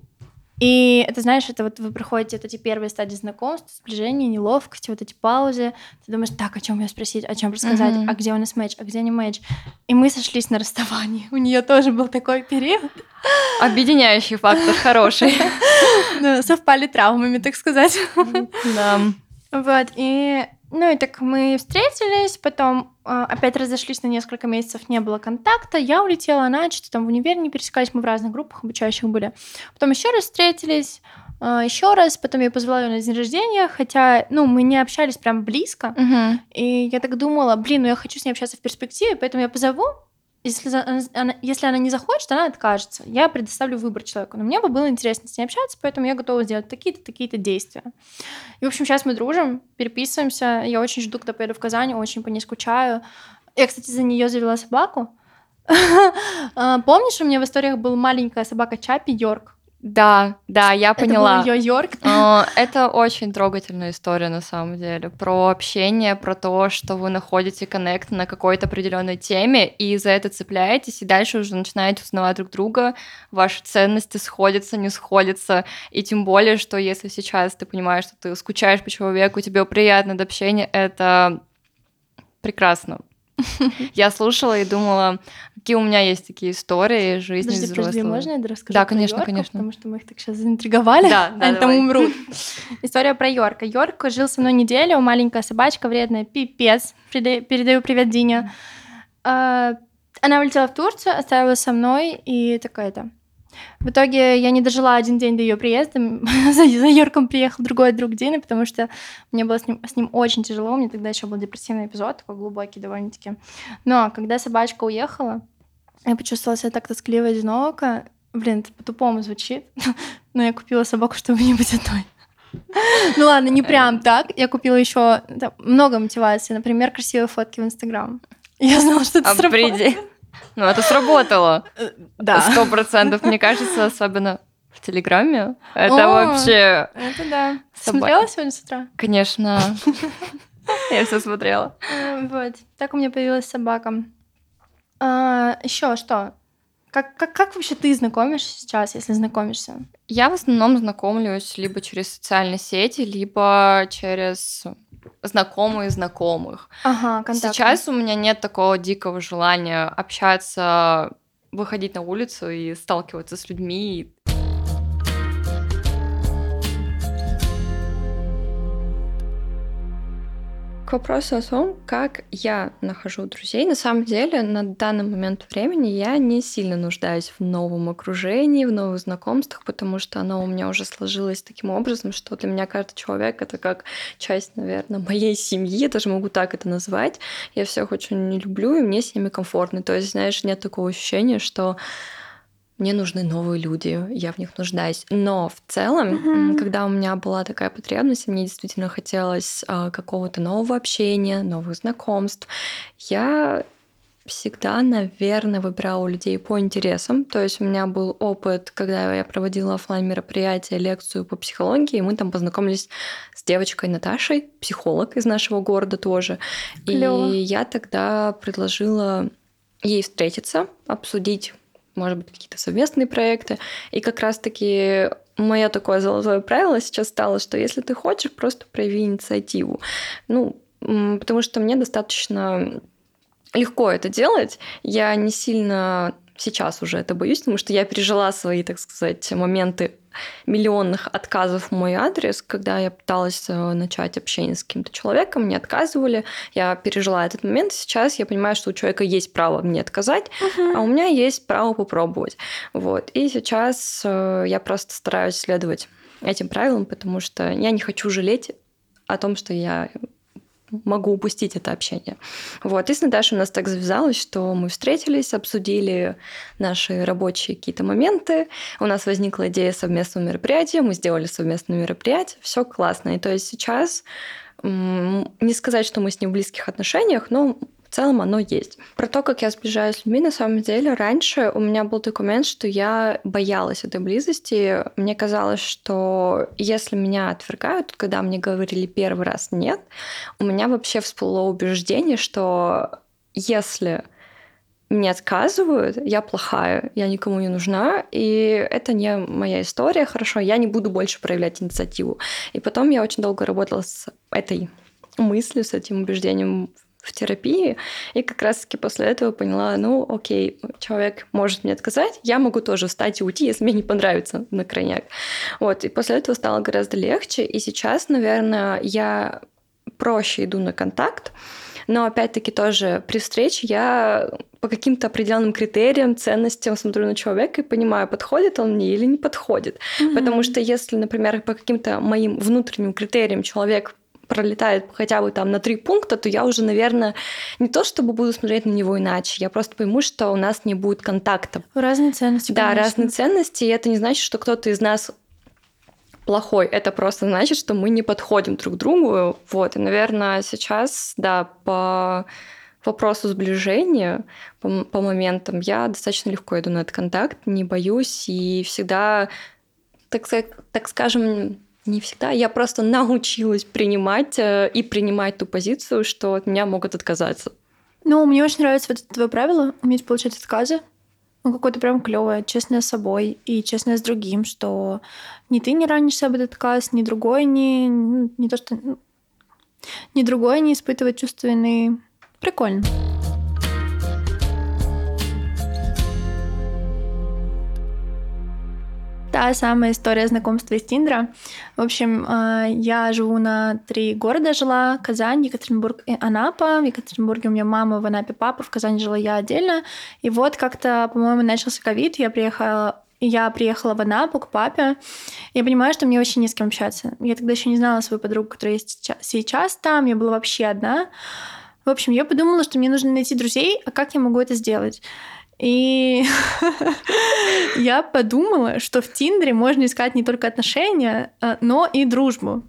[SPEAKER 2] и это, знаешь, это вот вы проходите вот эти первые стадии знакомства, сближения, неловкости, вот эти паузы. Ты думаешь, так, о чем ее спросить, о чем рассказать, uh-huh. а где у нас матч, а где не матч. И мы сошлись на расставании. У нее тоже был такой период.
[SPEAKER 3] Объединяющий фактор хороший.
[SPEAKER 2] Совпали травмами, так сказать.
[SPEAKER 3] Да.
[SPEAKER 2] Вот, и... Ну и так мы встретились, потом э, опять разошлись на несколько месяцев, не было контакта, я улетела, она что-то там в универ не пересекались, мы в разных группах обучающих были. Потом еще раз встретились, э, еще раз, потом я позвала ее на день рождения, хотя, ну, мы не общались прям близко,
[SPEAKER 3] uh-huh.
[SPEAKER 2] и я так думала, блин, ну я хочу с ней общаться в перспективе, поэтому я позову. Если она, если она не захочет, она откажется. Я предоставлю выбор человеку. Но мне бы было интересно с ней общаться, поэтому я готова сделать такие-то, такие-то действия. И, в общем, сейчас мы дружим, переписываемся. Я очень жду, когда поеду в Казань, очень по ней скучаю. Я, кстати, за нее завела собаку. Помнишь, у меня в историях была маленькая собака Чаппи Йорк?
[SPEAKER 3] Да, да, я поняла.
[SPEAKER 2] Это был её Йорк.
[SPEAKER 3] Это очень трогательная история, на самом деле, про общение, про то, что вы находите коннект на какой-то определенной теме, и за это цепляетесь, и дальше уже начинаете узнавать друг друга, ваши ценности сходятся, не сходятся, и тем более, что если сейчас ты понимаешь, что ты скучаешь по человеку, тебе приятно от общения, это прекрасно. Я слушала и думала, какие у меня есть такие истории жизни
[SPEAKER 2] подожди,
[SPEAKER 3] взрослого.
[SPEAKER 2] Подожди, можно я расскажу
[SPEAKER 3] да,
[SPEAKER 2] про
[SPEAKER 3] конечно,
[SPEAKER 2] Йорка,
[SPEAKER 3] конечно.
[SPEAKER 2] Потому что мы их так сейчас заинтриговали,
[SPEAKER 3] да, да,
[SPEAKER 2] они там умрут. История про Йорка. Йорк жил со мной неделю, маленькая собачка, вредная, пипец. Передаю привет Дине. Она улетела в Турцию, оставила со мной, и такая-то. В итоге я не дожила один день до ее приезда. За Йорком приехал другой друг Дины, потому что мне было с ним, с ним очень тяжело. У меня тогда еще был депрессивный эпизод, такой глубокий довольно-таки. Но когда собачка уехала, я почувствовала себя так тоскливо и одиноко. Блин, это по-тупому звучит, но я купила собаку, чтобы не быть одной. Ну ладно, не прям так. Я купила еще много мотивации. Например, красивые фотки в Инстаграм. Я знала, что это сработает.
[SPEAKER 3] Ну, это сработало.
[SPEAKER 2] Да.
[SPEAKER 3] Сто процентов, мне кажется, особенно в Телеграме. Это
[SPEAKER 2] О,
[SPEAKER 3] вообще...
[SPEAKER 2] Это да.
[SPEAKER 3] Собака.
[SPEAKER 2] Смотрела сегодня с утра?
[SPEAKER 3] Конечно. Я все смотрела.
[SPEAKER 2] Вот. Так у меня появилась собака. Еще что? Как, как, как вообще ты знакомишься сейчас, если знакомишься?
[SPEAKER 3] Я в основном знакомлюсь либо через социальные сети, либо через... знакомые знакомых.
[SPEAKER 2] Ага, контакты.
[SPEAKER 3] Сейчас у меня нет такого дикого желания общаться, выходить на улицу и сталкиваться с людьми. К вопросу о том, как я нахожу друзей, на самом деле на данный момент времени я не сильно нуждаюсь в новом окружении, в новых знакомствах, потому что оно у меня уже сложилось таким образом, что для меня каждый человек — это как часть, наверное, моей семьи, я даже могу так это назвать. Я всех очень не люблю, и мне с ними комфортно. То есть, знаешь, нет такого ощущения, что мне нужны новые люди, я в них нуждаюсь. Но в целом, mm-hmm. когда у меня была такая потребность, мне действительно хотелось а, какого-то нового общения, новых знакомств, я всегда, наверное, выбирала людей по интересам. То есть у меня был опыт, когда я проводила офлайн-мероприятие, лекцию по психологии, и мы там познакомились с девочкой Наташей, психолог из нашего города тоже.
[SPEAKER 2] Клёво.
[SPEAKER 3] И я тогда предложила ей встретиться, обсудить
[SPEAKER 4] может быть, какие-то совместные проекты. И как раз-таки мое такое золотое правило сейчас стало, что если ты хочешь, просто прояви инициативу. Ну, потому что мне достаточно легко это делать. Я не сильно сейчас уже это боюсь, потому что я пережила свои, так сказать, моменты миллионных отказов в мой адрес, когда я пыталась начать общение с каким-то человеком, мне отказывали, я пережила этот момент, сейчас я понимаю, что у человека есть право мне отказать, uh-huh. а у меня есть право попробовать. Вот. И сейчас я просто стараюсь следовать этим правилам, потому что я не хочу жалеть о том, что я могу упустить это общение. Вот. И с Наташей у нас так завязалось, что мы встретились, обсудили наши рабочие какие-то моменты, у нас возникла идея совместного мероприятия, мы сделали совместное мероприятие, все классно. И то есть сейчас не сказать, что мы с ним в близких отношениях, но в целом оно есть. Про то, как я сближаюсь с людьми, на самом деле, раньше у меня был такой момент, что я боялась этой близости. Мне казалось, что если меня отвергают, когда мне говорили первый раз «нет», у меня вообще всплыло убеждение, что если мне отказывают, я плохая, я никому не нужна, и это не моя история, хорошо, я не буду больше проявлять инициативу. И потом я очень долго работала с этой мыслью, с этим убеждением в терапии, и как раз-таки после этого поняла, ну, окей, человек может мне отказать, я могу тоже встать и уйти, если мне не понравится на крайняк. Вот, и после этого стало гораздо легче, и сейчас, наверное, я проще иду на контакт, но опять-таки тоже при встрече я по каким-то определенным критериям, ценностям смотрю на человека и понимаю, подходит он мне или не подходит. Mm-hmm. Потому что если, например, по каким-то моим внутренним критериям человек пролетает хотя бы там на три пункта, то я уже, наверное, не то чтобы буду смотреть на него иначе, я просто пойму, что у нас не будет контакта.
[SPEAKER 2] Разные ценности,
[SPEAKER 4] Да,
[SPEAKER 2] конечно.
[SPEAKER 4] разные ценности, и это не значит, что кто-то из нас плохой, это просто значит, что мы не подходим друг к другу. Вот, и, наверное, сейчас, да, по вопросу сближения, по, по моментам, я достаточно легко иду на этот контакт, не боюсь, и всегда, так, так скажем, не всегда. Я просто научилась принимать и принимать ту позицию, что от меня могут отказаться.
[SPEAKER 2] Ну, мне очень нравится вот это твое правило, уметь получать отказы. Ну, какое-то прям клевое, честное с собой и честное с другим, что ни ты не ранишься об этот отказ, ни другой не... Не то, что... Ни другой не испытывает чувства вины. Прикольно. Та самая история знакомства из Тиндера. В общем, я живу на три города жила. Казань, Екатеринбург и Анапа. В Екатеринбурге у меня мама, в Анапе папа, в Казани жила я отдельно. И вот как-то, по-моему, начался ковид, я приехала я приехала в Анапу к папе. Я понимаю, что мне вообще не с кем общаться. Я тогда еще не знала свою подругу, которая есть сейчас там. Я была вообще одна. В общем, я подумала, что мне нужно найти друзей, а как я могу это сделать? И я подумала, что в Тиндере можно искать не только отношения, но и дружбу.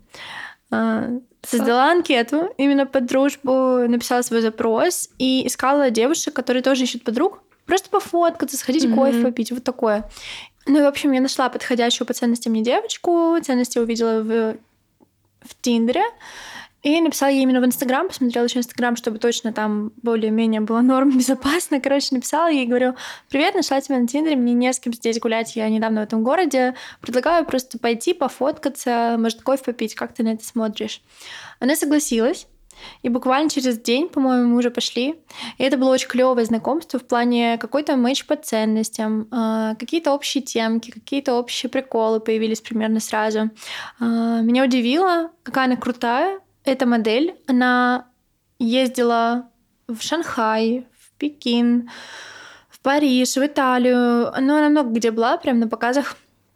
[SPEAKER 2] Создала анкету именно под дружбу, написала свой запрос и искала девушек, которые тоже ищут подруг. Просто пофоткаться, сходить mm-hmm. кофе попить, вот такое. Ну и, в общем, я нашла подходящую по ценностям мне девочку, ценности увидела в, в Тиндере, и написала ей именно в Инстаграм, посмотрела еще Инстаграм, чтобы точно там более-менее было норм, безопасно. Короче, написала ей, говорю: привет, нашла тебя на Тиндере, мне не с кем здесь гулять, я недавно в этом городе, предлагаю просто пойти пофоткаться, может, кофе попить, как ты на это смотришь? Она согласилась, и буквально через день, по-моему, мы уже пошли. И это было очень клевое знакомство в плане какой-то матч по ценностям, какие-то общие темки, какие-то общие приколы появились примерно сразу. Меня удивило, какая она крутая. Эта модель, она ездила в Шанхай, в Пекин, в Париж, в Италию. Ну, она много где была, прям на показах.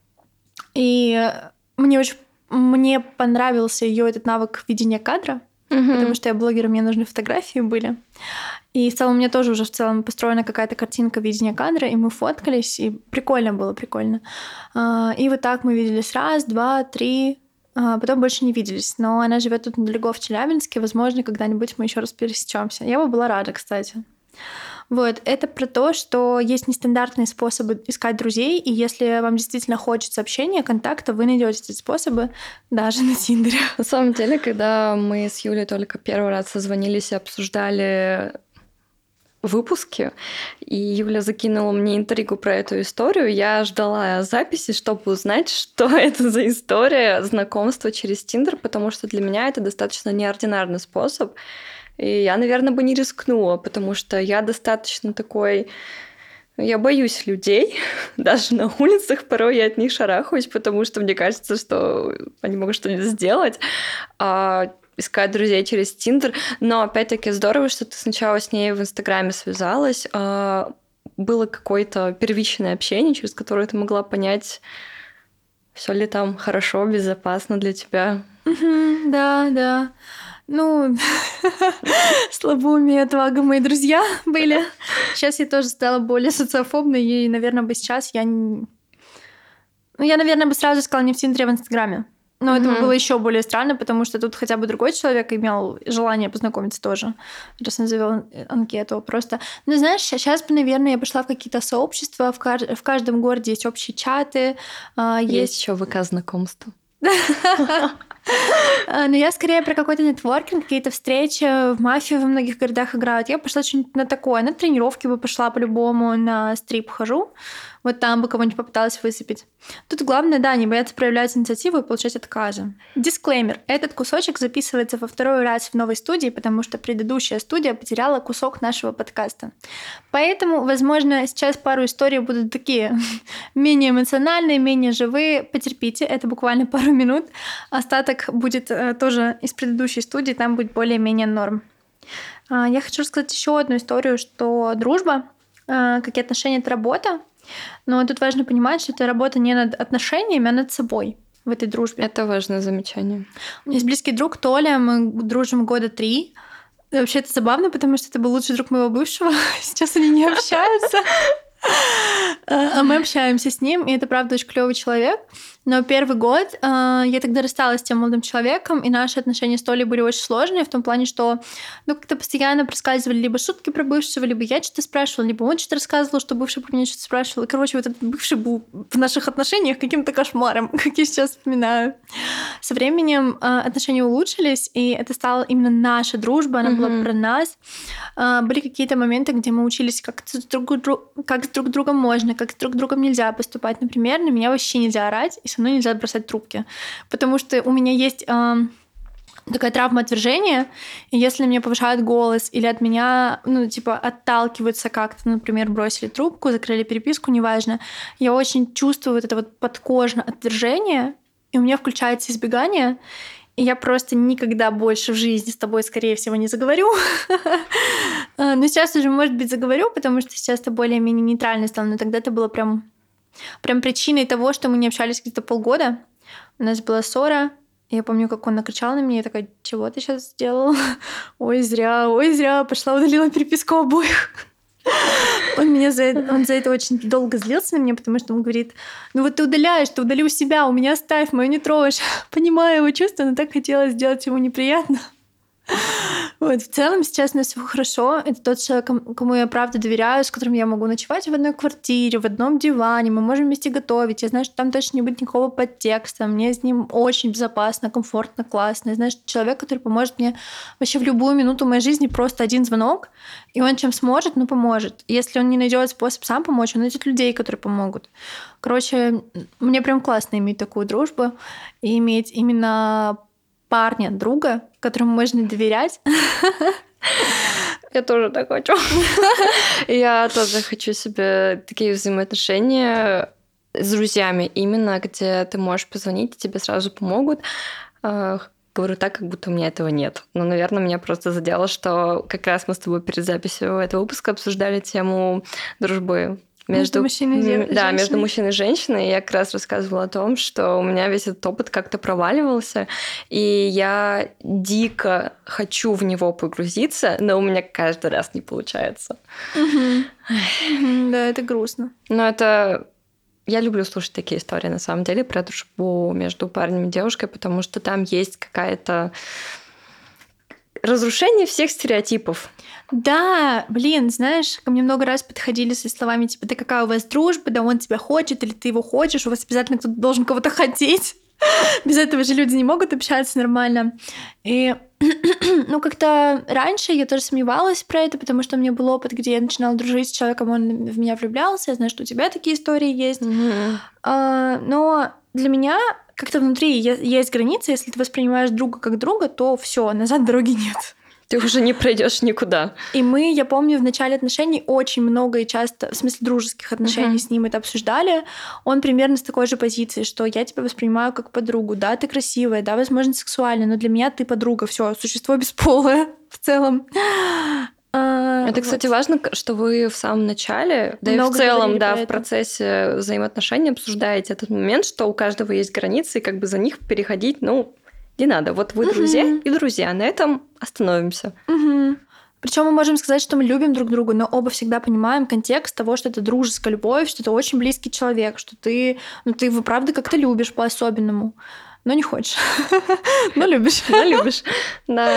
[SPEAKER 2] И мне очень мне понравился ее этот навык ведения кадра, mm-hmm. потому что я блогер, мне нужны фотографии были. И в целом у меня тоже уже в целом построена какая-то картинка ведения кадра, и мы фоткались, и прикольно было, прикольно. И вот так мы виделись раз, два, три... Потом больше не виделись, но она живет тут недалеко в Челябинске. Возможно, когда-нибудь мы еще раз пересечемся. Я бы была рада, кстати. Вот, это про то, что есть нестандартные способы искать друзей, и если вам действительно хочется общения, контакта, вы найдете эти способы даже на Тиндере.
[SPEAKER 4] На самом деле, когда мы с Юлей только первый раз созвонились и обсуждали выпуске, и Юля закинула мне интригу про эту историю. Я ждала записи, чтобы узнать, что это за история знакомства через Тиндер, потому что для меня это достаточно неординарный способ. И я, наверное, бы не рискнула, потому что я достаточно такой... Я боюсь людей, даже на улицах порой я от них шарахаюсь, потому что мне кажется, что они могут что-нибудь сделать. А искать друзей через Тиндер. Но опять-таки здорово, что ты сначала с ней в Инстаграме связалась. А было какое-то первичное общение, через которое ты могла понять, все ли там хорошо, безопасно для тебя.
[SPEAKER 2] Мгм, да, да. Ну, слабоумие и отвага мои друзья были. Сейчас я тоже стала более социофобной, и, наверное, бы сейчас я... не- Ну, я, наверное, бы сразу сказала не в Тиндере, а в Инстаграме. Но это
[SPEAKER 4] Мгм.
[SPEAKER 2] было еще более странно, потому что тут хотя бы другой человек имел желание познакомиться тоже, раз он завел анкету. Просто, ну, знаешь, сейчас бы, наверное, я пошла в какие-то сообщества, в, каж- в каждом городе есть общие чаты, а,
[SPEAKER 4] Есть
[SPEAKER 2] есть...
[SPEAKER 4] еще ВК знакомства.
[SPEAKER 2] А, Но я скорее про какой-то нетворкинг, какие-то встречи в мафию во многих городах играют. Я пошла что-нибудь на такое. На тренировки бы пошла по-любому, на стрип хожу. Вот там бы кого-нибудь попыталась высыпить. Тут главное, да, не бояться проявлять инициативу и получать отказы. Дисклеймер. Этот кусочек записывается во второй раз в новой студии, потому что предыдущая студия потеряла кусок нашего подкаста. Поэтому, возможно, сейчас пару историй будут такие менее эмоциональные, менее живые. Потерпите, это буквально пару минут. Остаток будет э, тоже из предыдущей студии, там будет более-менее норм. А, Я хочу рассказать еще одну историю, что дружба, э, как и отношения, это работа. Но тут важно понимать, что это работа не над отношениями, а над собой в этой дружбе.
[SPEAKER 4] Это важное замечание.
[SPEAKER 2] У меня есть близкий друг Толя, мы дружим года три. И вообще это забавно, потому что это был лучший друг моего бывшего. Сейчас они не общаются. А мы общаемся с ним, и это правда очень клевый человек. Но первый год э, я тогда рассталась с тем молодым человеком, и наши отношения с Толей были очень сложные в том плане, что ну, как-то постоянно проскальзывали либо шутки про бывшего, либо я что-то спрашивала, либо он что-то рассказывал, что бывший про меня что-то спрашивал. И, короче, вот этот бывший был в наших отношениях каким-то кошмаром, как я сейчас вспоминаю. Со временем э, отношения улучшились, и это стала именно наша дружба, она была
[SPEAKER 4] Мгм.
[SPEAKER 2] про нас. Э, были какие-то моменты, где мы учились, как, с друг, дру- как с друг другом можно, как с друг другом нельзя поступать. Например, на меня вообще нельзя орать, и со мной нельзя бросать трубки. Потому что у меня есть э, такая травма отвержения, и если мне повышают голос или от меня, ну, типа, отталкиваются как-то, например, бросили трубку, закрыли переписку, неважно, я очень чувствую вот это вот подкожное отвержение, и у меня включается избегание, и я просто никогда больше в жизни с тобой, скорее всего, не заговорю. А, Но сейчас уже, может быть, заговорю, потому что сейчас это более-менее нейтрально стало, но тогда это было прям, прям причиной того, что мы не общались где-то полгода. У нас была ссора. Я помню, как он накричал на меня, я такая: чего ты сейчас сделал? Ой, зря, ой, зря. Пошла, удалила переписку обоих. Он меня за это, он за это очень долго злился на меня, потому что он говорит: ну вот ты удаляешь, ты удали у себя, у меня оставь, мою не трожь. Понимаю его чувства, но так хотелось сделать ему неприятно. Вот, в целом сейчас у нас все хорошо. Это тот человек, ком- кому я правда доверяю, с которым я могу ночевать в одной квартире, в одном диване, мы можем вместе готовить. Я знаю, что там точно не будет никакого подтекста. Мне с ним очень безопасно, комфортно, классно. Я знаю, что человек, который поможет мне вообще в любую минуту моей жизни, просто один звонок, и он чем сможет, ну, поможет. Если он не найдет способ сам помочь, он найдет людей, которые помогут. Короче, мне прям классно иметь такую дружбу и иметь именно парня, друга, которому можно доверять.
[SPEAKER 4] Я тоже так хочу. Я тоже хочу себе такие взаимоотношения с друзьями, именно где ты можешь позвонить, и тебе сразу помогут. А, Говорю так, как будто у меня этого нет. Но, наверное, меня просто задело, что как раз мы с тобой перед записью этого выпуска обсуждали тему дружбы
[SPEAKER 2] Между мужчиной и
[SPEAKER 4] м,
[SPEAKER 2] же-
[SPEAKER 4] да, между
[SPEAKER 2] женщиной.
[SPEAKER 4] мужчиной и женщиной. И я как раз рассказывала о том, что у меня весь этот опыт как-то проваливался, и я дико хочу в него погрузиться, но у меня каждый раз не получается.
[SPEAKER 2] Мгм. Мгм, Да, это грустно.
[SPEAKER 4] Но это... Я люблю слушать такие истории, на самом деле, про дружбу между парнем и девушкой, потому что там есть какая-то разрушение всех стереотипов.
[SPEAKER 2] Да, блин, знаешь, ко мне много раз подходили со словами типа: да какая у вас дружба, да он тебя хочет, или ты его хочешь, у вас обязательно кто-то должен кого-то хотеть. Без этого же люди не могут общаться нормально. И, ну, как-то раньше я тоже сомневалась про это, потому что у меня был опыт, где я начинала дружить с человеком, он в меня влюблялся. Я знаю, что у тебя такие истории есть.
[SPEAKER 4] Мгм.
[SPEAKER 2] А, но для меня как-то внутри е- есть граница. Если ты воспринимаешь друга как друга, то все, назад дороги нет.
[SPEAKER 4] Ты уже не пройдешь никуда.
[SPEAKER 2] И мы, я помню, в начале отношений очень много и часто, в смысле дружеских отношений
[SPEAKER 4] Мгм.
[SPEAKER 2] с ним это обсуждали. Он примерно с такой же позиции, что я тебя воспринимаю как подругу. Да, ты красивая, да, возможно, сексуальная, но для меня ты подруга. Все, существо бесполое в целом. А,
[SPEAKER 4] Это,
[SPEAKER 2] вот.
[SPEAKER 4] кстати, важно, к- что вы в самом начале, да и
[SPEAKER 2] Много
[SPEAKER 4] в целом,
[SPEAKER 2] говорили
[SPEAKER 4] да,
[SPEAKER 2] про
[SPEAKER 4] в
[SPEAKER 2] это.
[SPEAKER 4] процессе взаимоотношений обсуждаете этот момент, что у каждого есть границы, и как бы за них переходить, ну, не надо. Вот вы друзья
[SPEAKER 2] Мгм.
[SPEAKER 4] и друзья, на этом остановимся.
[SPEAKER 2] Причем мы можем сказать, что мы любим друг друга, но оба всегда понимаем контекст того, что это дружеская любовь, что это очень близкий человек, что ты, ну, ты его правда как-то любишь по-особенному, но не хочешь, но любишь.
[SPEAKER 4] Да, любишь? Да.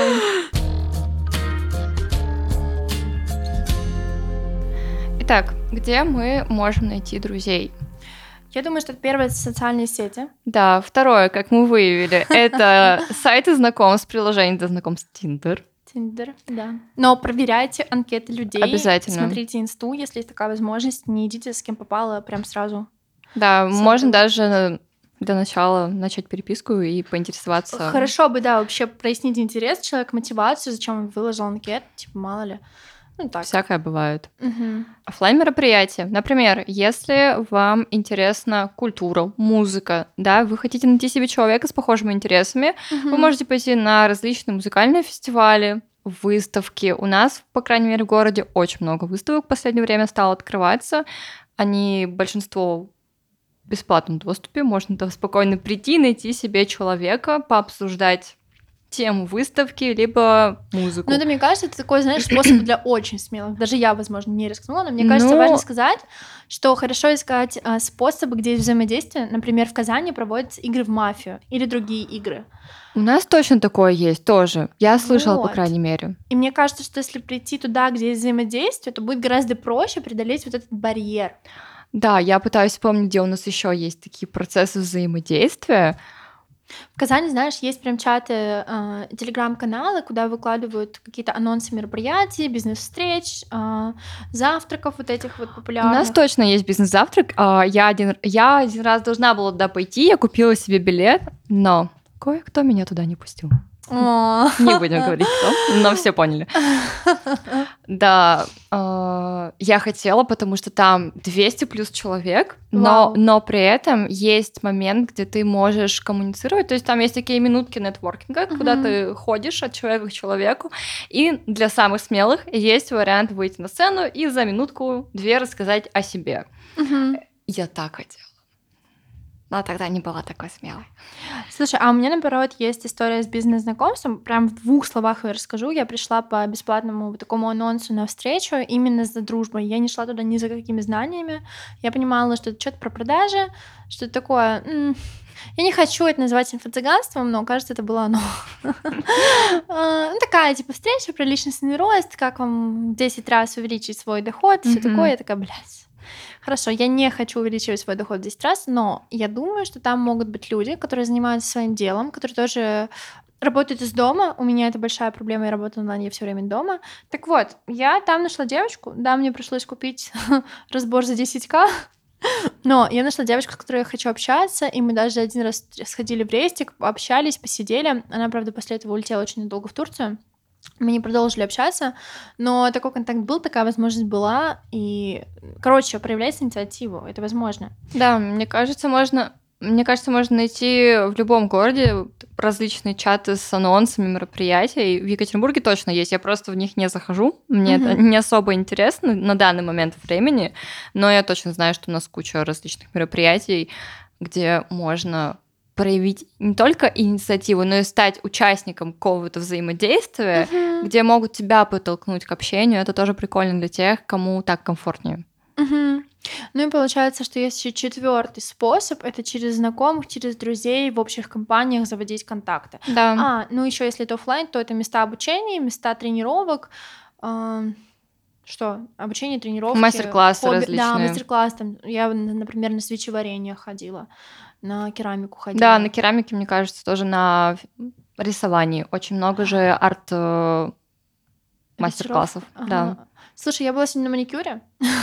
[SPEAKER 3] Итак, где мы можем найти друзей?
[SPEAKER 2] Я думаю, что это первое — это социальные сети.
[SPEAKER 3] Да, второе, как мы выявили, это сайты знакомств, приложения для знакомств Tinder.
[SPEAKER 2] Тиндер, да. Но проверяйте анкеты людей.
[SPEAKER 3] Обязательно.
[SPEAKER 2] Смотрите инсту, если есть такая возможность. Не идите с кем попало прям сразу.
[SPEAKER 3] Да,
[SPEAKER 2] Сам
[SPEAKER 3] можно
[SPEAKER 2] давай.
[SPEAKER 3] даже для начала начать переписку и поинтересоваться.
[SPEAKER 2] Хорошо бы, да, вообще прояснить интерес человека, мотивацию, зачем он выложил анкету, типа, мало ли. Ну, так.
[SPEAKER 3] Всякое бывает.
[SPEAKER 2] Мгм.
[SPEAKER 3] Оффлайн-мероприятия. Например, если вам интересна культура, музыка, да, вы хотите найти себе человека с похожими интересами, вы
[SPEAKER 2] Мгм.
[SPEAKER 3] можете пойти на различные музыкальные фестивали, выставки. У нас, по крайней мере, в городе очень много выставок в последнее время стало открываться. Они, большинство в бесплатном доступе. Можно туда спокойно прийти, найти себе человека, пообсуждать тему выставки, либо музыку.
[SPEAKER 2] Ну, это, мне кажется, это такой, знаешь, способ для очень смелых. Даже я, возможно, не рискнула, но мне кажется,
[SPEAKER 3] Ну-
[SPEAKER 2] важно сказать, что хорошо искать а, способы, где есть взаимодействие. Например, в Казани проводятся игры в мафию или другие игры.
[SPEAKER 3] У нас точно такое есть тоже. Я слышала, по
[SPEAKER 2] Вот.
[SPEAKER 3] крайней мере.
[SPEAKER 2] И мне кажется, что если прийти туда, где есть взаимодействие, то будет гораздо проще преодолеть вот этот барьер.
[SPEAKER 3] Да, я пытаюсь вспомнить, где у нас еще есть такие процессы взаимодействия.
[SPEAKER 2] В Казани, знаешь, есть прям чаты, э, телеграм-каналы, куда выкладывают какие-то анонсы мероприятий, бизнес-встреч, э, завтраков вот этих вот
[SPEAKER 3] У
[SPEAKER 2] популярных.
[SPEAKER 3] нас точно есть бизнес-завтрак. А, Я один, я один раз должна была туда пойти, я купила себе билет, но кое-кто меня туда не пустил.
[SPEAKER 2] О.
[SPEAKER 3] Не будем говорить кто, но все поняли. Да, э, я хотела, потому что там двести плюс человек, но,
[SPEAKER 2] Вау.
[SPEAKER 3] но при этом есть момент, где ты можешь коммуницировать, то есть там есть такие минутки нетворкинга, куда
[SPEAKER 2] Мгм.
[SPEAKER 3] ты ходишь от человека к человеку, и для самых смелых есть вариант выйти на сцену и за минутку-две рассказать о себе.
[SPEAKER 2] Мгм.
[SPEAKER 3] Я так хотела. Но тогда не была такой смелой.
[SPEAKER 2] Слушай, а у меня, наоборот, есть история с бизнес-знакомством. Прям в двух словах ее расскажу. Я пришла по бесплатному вот такому анонсу на встречу именно за дружбой. Я не шла туда ни за какими знаниями. Я понимала, что это что-то про продажи, что это такое... м, Я не хочу это называть инфо-цыганством, но, кажется, это было оно. А, ну, такая, типа, встреча про личностный рост, как вам в десять раз увеличить свой доход, все
[SPEAKER 3] Мгм.
[SPEAKER 2] такое. Я такая, блядь. Хорошо, я не хочу увеличивать свой доход в десять раз, но я думаю, что там могут быть люди, которые занимаются своим делом, которые тоже работают из дома. У меня это большая проблема, я работаю онлайн, я все время дома. Так вот, я там нашла девочку, да, мне пришлось купить разбор за десять тысяч, но я нашла девочку, с которой я хочу общаться, и мы даже один раз сходили в рестик, общались, посидели. Она, правда, после этого улетела очень надолго в Турцию. Мы не продолжили общаться, но такой контакт был, такая возможность была, и, короче, проявлять инициативу, это возможно.
[SPEAKER 3] Да, мне кажется, можно, мне кажется, можно найти в любом городе различные чаты с анонсами мероприятий. В Екатеринбурге точно есть, я просто в них не захожу. Мне это
[SPEAKER 2] Мгм.
[SPEAKER 3] не особо интересно на данный момент времени, но я точно знаю, что у нас куча различных мероприятий, где можно проявить не только инициативу, но и стать участником какого-то взаимодействия,
[SPEAKER 2] Мгм.
[SPEAKER 3] где могут тебя подтолкнуть к общению. Это тоже прикольно для тех, кому так комфортнее.
[SPEAKER 2] Мгм. Ну и получается, что есть еще четвертый способ, это через знакомых, через друзей в общих компаниях заводить контакты.
[SPEAKER 3] Да.
[SPEAKER 2] А, ну еще если это оффлайн, то это места обучения, места тренировок. ам, Что? Обучение, тренировки.
[SPEAKER 3] Мастер-классы
[SPEAKER 2] хобби- Да,
[SPEAKER 3] различные.
[SPEAKER 2] мастер-класс. Там, я, н- например, на свечеварение ходила. на керамику ходила.
[SPEAKER 3] Да, на керамике, мне кажется, тоже на рисовании. Очень много же арт э, мастер-классов.
[SPEAKER 2] Ага.
[SPEAKER 3] Да.
[SPEAKER 2] Слушай, я была сегодня на маникюре,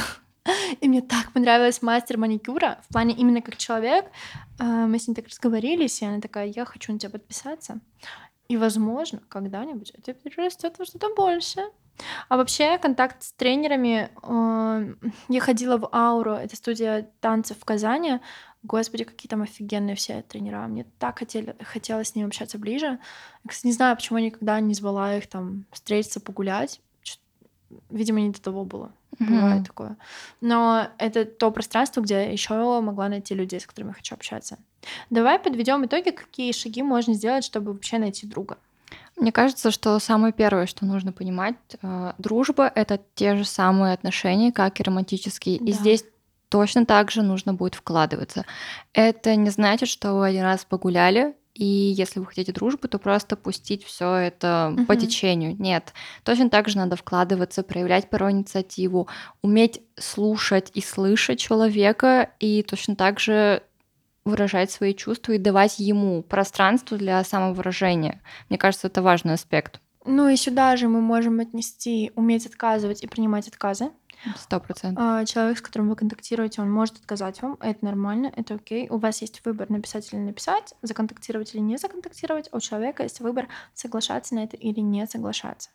[SPEAKER 2] и мне так понравилась мастер маникюра, в плане именно как человек. А, Мы с ней так разговорились, и она такая, я хочу на тебя подписаться. И, возможно, когда-нибудь это перерастет во что-то большее. А вообще, контакт с тренерами... э, Я ходила в Ауру, это студия танцев в Казани. Господи, какие там офигенные все тренера. Мне так хотели, хотелось с ними общаться ближе. Я, кстати, не знаю, почему я никогда не звала их там встретиться, погулять. Чё- Видимо, не до того было.
[SPEAKER 3] Мгм.
[SPEAKER 2] Бывает такое. Но это то пространство, где еще могла найти людей, с которыми я хочу общаться. Давай подведем итоги, какие шаги можно сделать, чтобы вообще найти друга.
[SPEAKER 3] Мне кажется, что самое первое, что нужно понимать, э, дружба — это те же самые отношения, как и романтические. И
[SPEAKER 2] Да.
[SPEAKER 3] здесь точно так же нужно будет вкладываться. Это не значит, что вы один раз погуляли, и если вы хотите дружбы, то просто пустить все это по
[SPEAKER 2] Мгм.
[SPEAKER 3] течению. Нет. Точно так же надо вкладываться, проявлять порой инициативу, уметь слушать и слышать человека, и точно так же выражать свои чувства и давать ему пространство для самовыражения. Мне кажется, это важный аспект.
[SPEAKER 2] Ну и сюда же мы можем отнести уметь отказывать и принимать отказы.
[SPEAKER 3] Сто процентов.
[SPEAKER 2] А, Человек, с которым вы контактируете, он может отказать вам. Это нормально, это окей. У вас есть выбор написать или не написать, законтактировать или не законтактировать. А у человека есть выбор соглашаться на это или не соглашаться.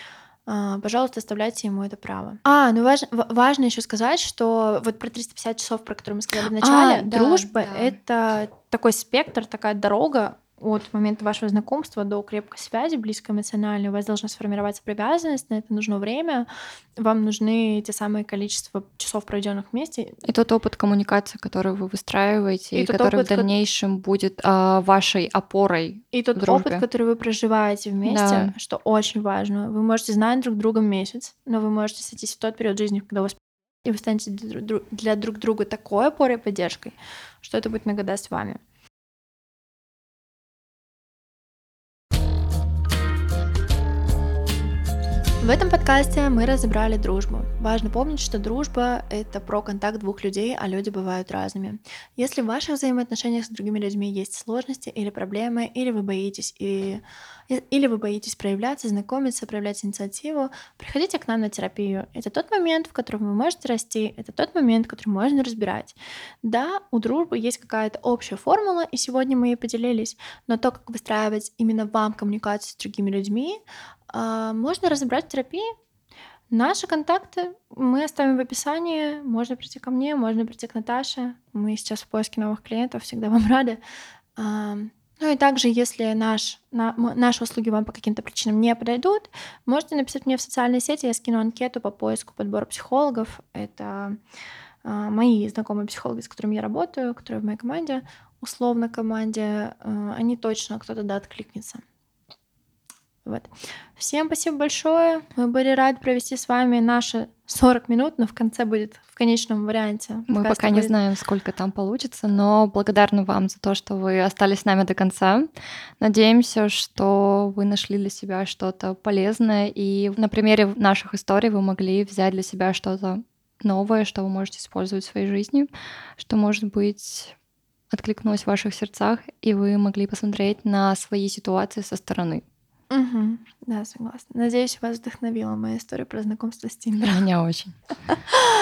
[SPEAKER 2] А, Пожалуйста, оставляйте ему это право. А, ну важ- ва- важно еще сказать, что вот про триста пятьдесят часов, про которые мы сказали в начале,
[SPEAKER 3] А, да,
[SPEAKER 2] дружба
[SPEAKER 3] да.
[SPEAKER 2] это такой спектр, такая дорога от момента вашего знакомства до крепкой связи, близкой эмоциональной. У вас должна сформироваться привязанность, на это нужно время. Вам нужны те самые количество часов, проведенных вместе.
[SPEAKER 3] И тот опыт коммуникации, который вы выстраиваете,
[SPEAKER 2] И
[SPEAKER 3] и,
[SPEAKER 2] тот
[SPEAKER 3] который
[SPEAKER 2] опыт,
[SPEAKER 3] в
[SPEAKER 2] ко-
[SPEAKER 3] дальнейшем будет а, вашей опорой
[SPEAKER 2] И
[SPEAKER 3] в
[SPEAKER 2] тот опыт,
[SPEAKER 3] дружбе.
[SPEAKER 2] который вы проживаете вместе,
[SPEAKER 3] Да.
[SPEAKER 2] что очень важно. Вы можете знать друг друга месяц, но вы можете сойтись в тот период жизни, когда у вас и вы станете для дру- для друг друга такой опорой и поддержкой, что это будет на года с вами. В этом подкасте мы разобрали дружбу. Важно помнить, что дружба — это про контакт двух людей, а люди бывают разными. Если в ваших взаимоотношениях с другими людьми есть сложности или проблемы, или вы боитесь, и... и- или вы боитесь проявляться, знакомиться, проявлять инициативу, приходите к нам на терапию. Это тот момент, в котором вы можете расти, это тот момент, который можно разбирать. Да, у дружбы есть какая-то общая формула, и сегодня мы ей поделились, но то, как выстраивать именно вам коммуникацию с другими людьми, а, можно разобрать в терапии. Наши контакты мы оставим в описании. Можно прийти ко мне, можно прийти к Наташе. Мы сейчас в поиске новых клиентов, всегда вам рады. А, Ну и также, если наш, на- м- наши услуги вам по каким-то причинам не подойдут, можете написать мне в социальные сети, я скину анкету по поиску подбора психологов. Это а, мои знакомые психологи, с которыми я работаю, которые в моей команде, условно команде, а, они точно кто-то да откликнется. Вот. Всем спасибо большое. Мы были рады провести с вами наши сорок минут, но в конце будет, в конечном варианте.
[SPEAKER 3] Мы
[SPEAKER 2] подкаста
[SPEAKER 3] пока не
[SPEAKER 2] будет-
[SPEAKER 3] знаем, сколько там получится, но благодарны вам за то, что вы остались с нами до конца. Надеемся, что вы нашли для себя что-то полезное, и на примере наших историй вы могли взять для себя что-то новое, что вы можете использовать в своей жизни, что, может быть, откликнулось в ваших сердцах, и вы могли посмотреть на свои ситуации со стороны.
[SPEAKER 2] Мгм. Да, согласна. Надеюсь, вас вдохновила моя история про знакомство с Тиндером.
[SPEAKER 3] Меня очень.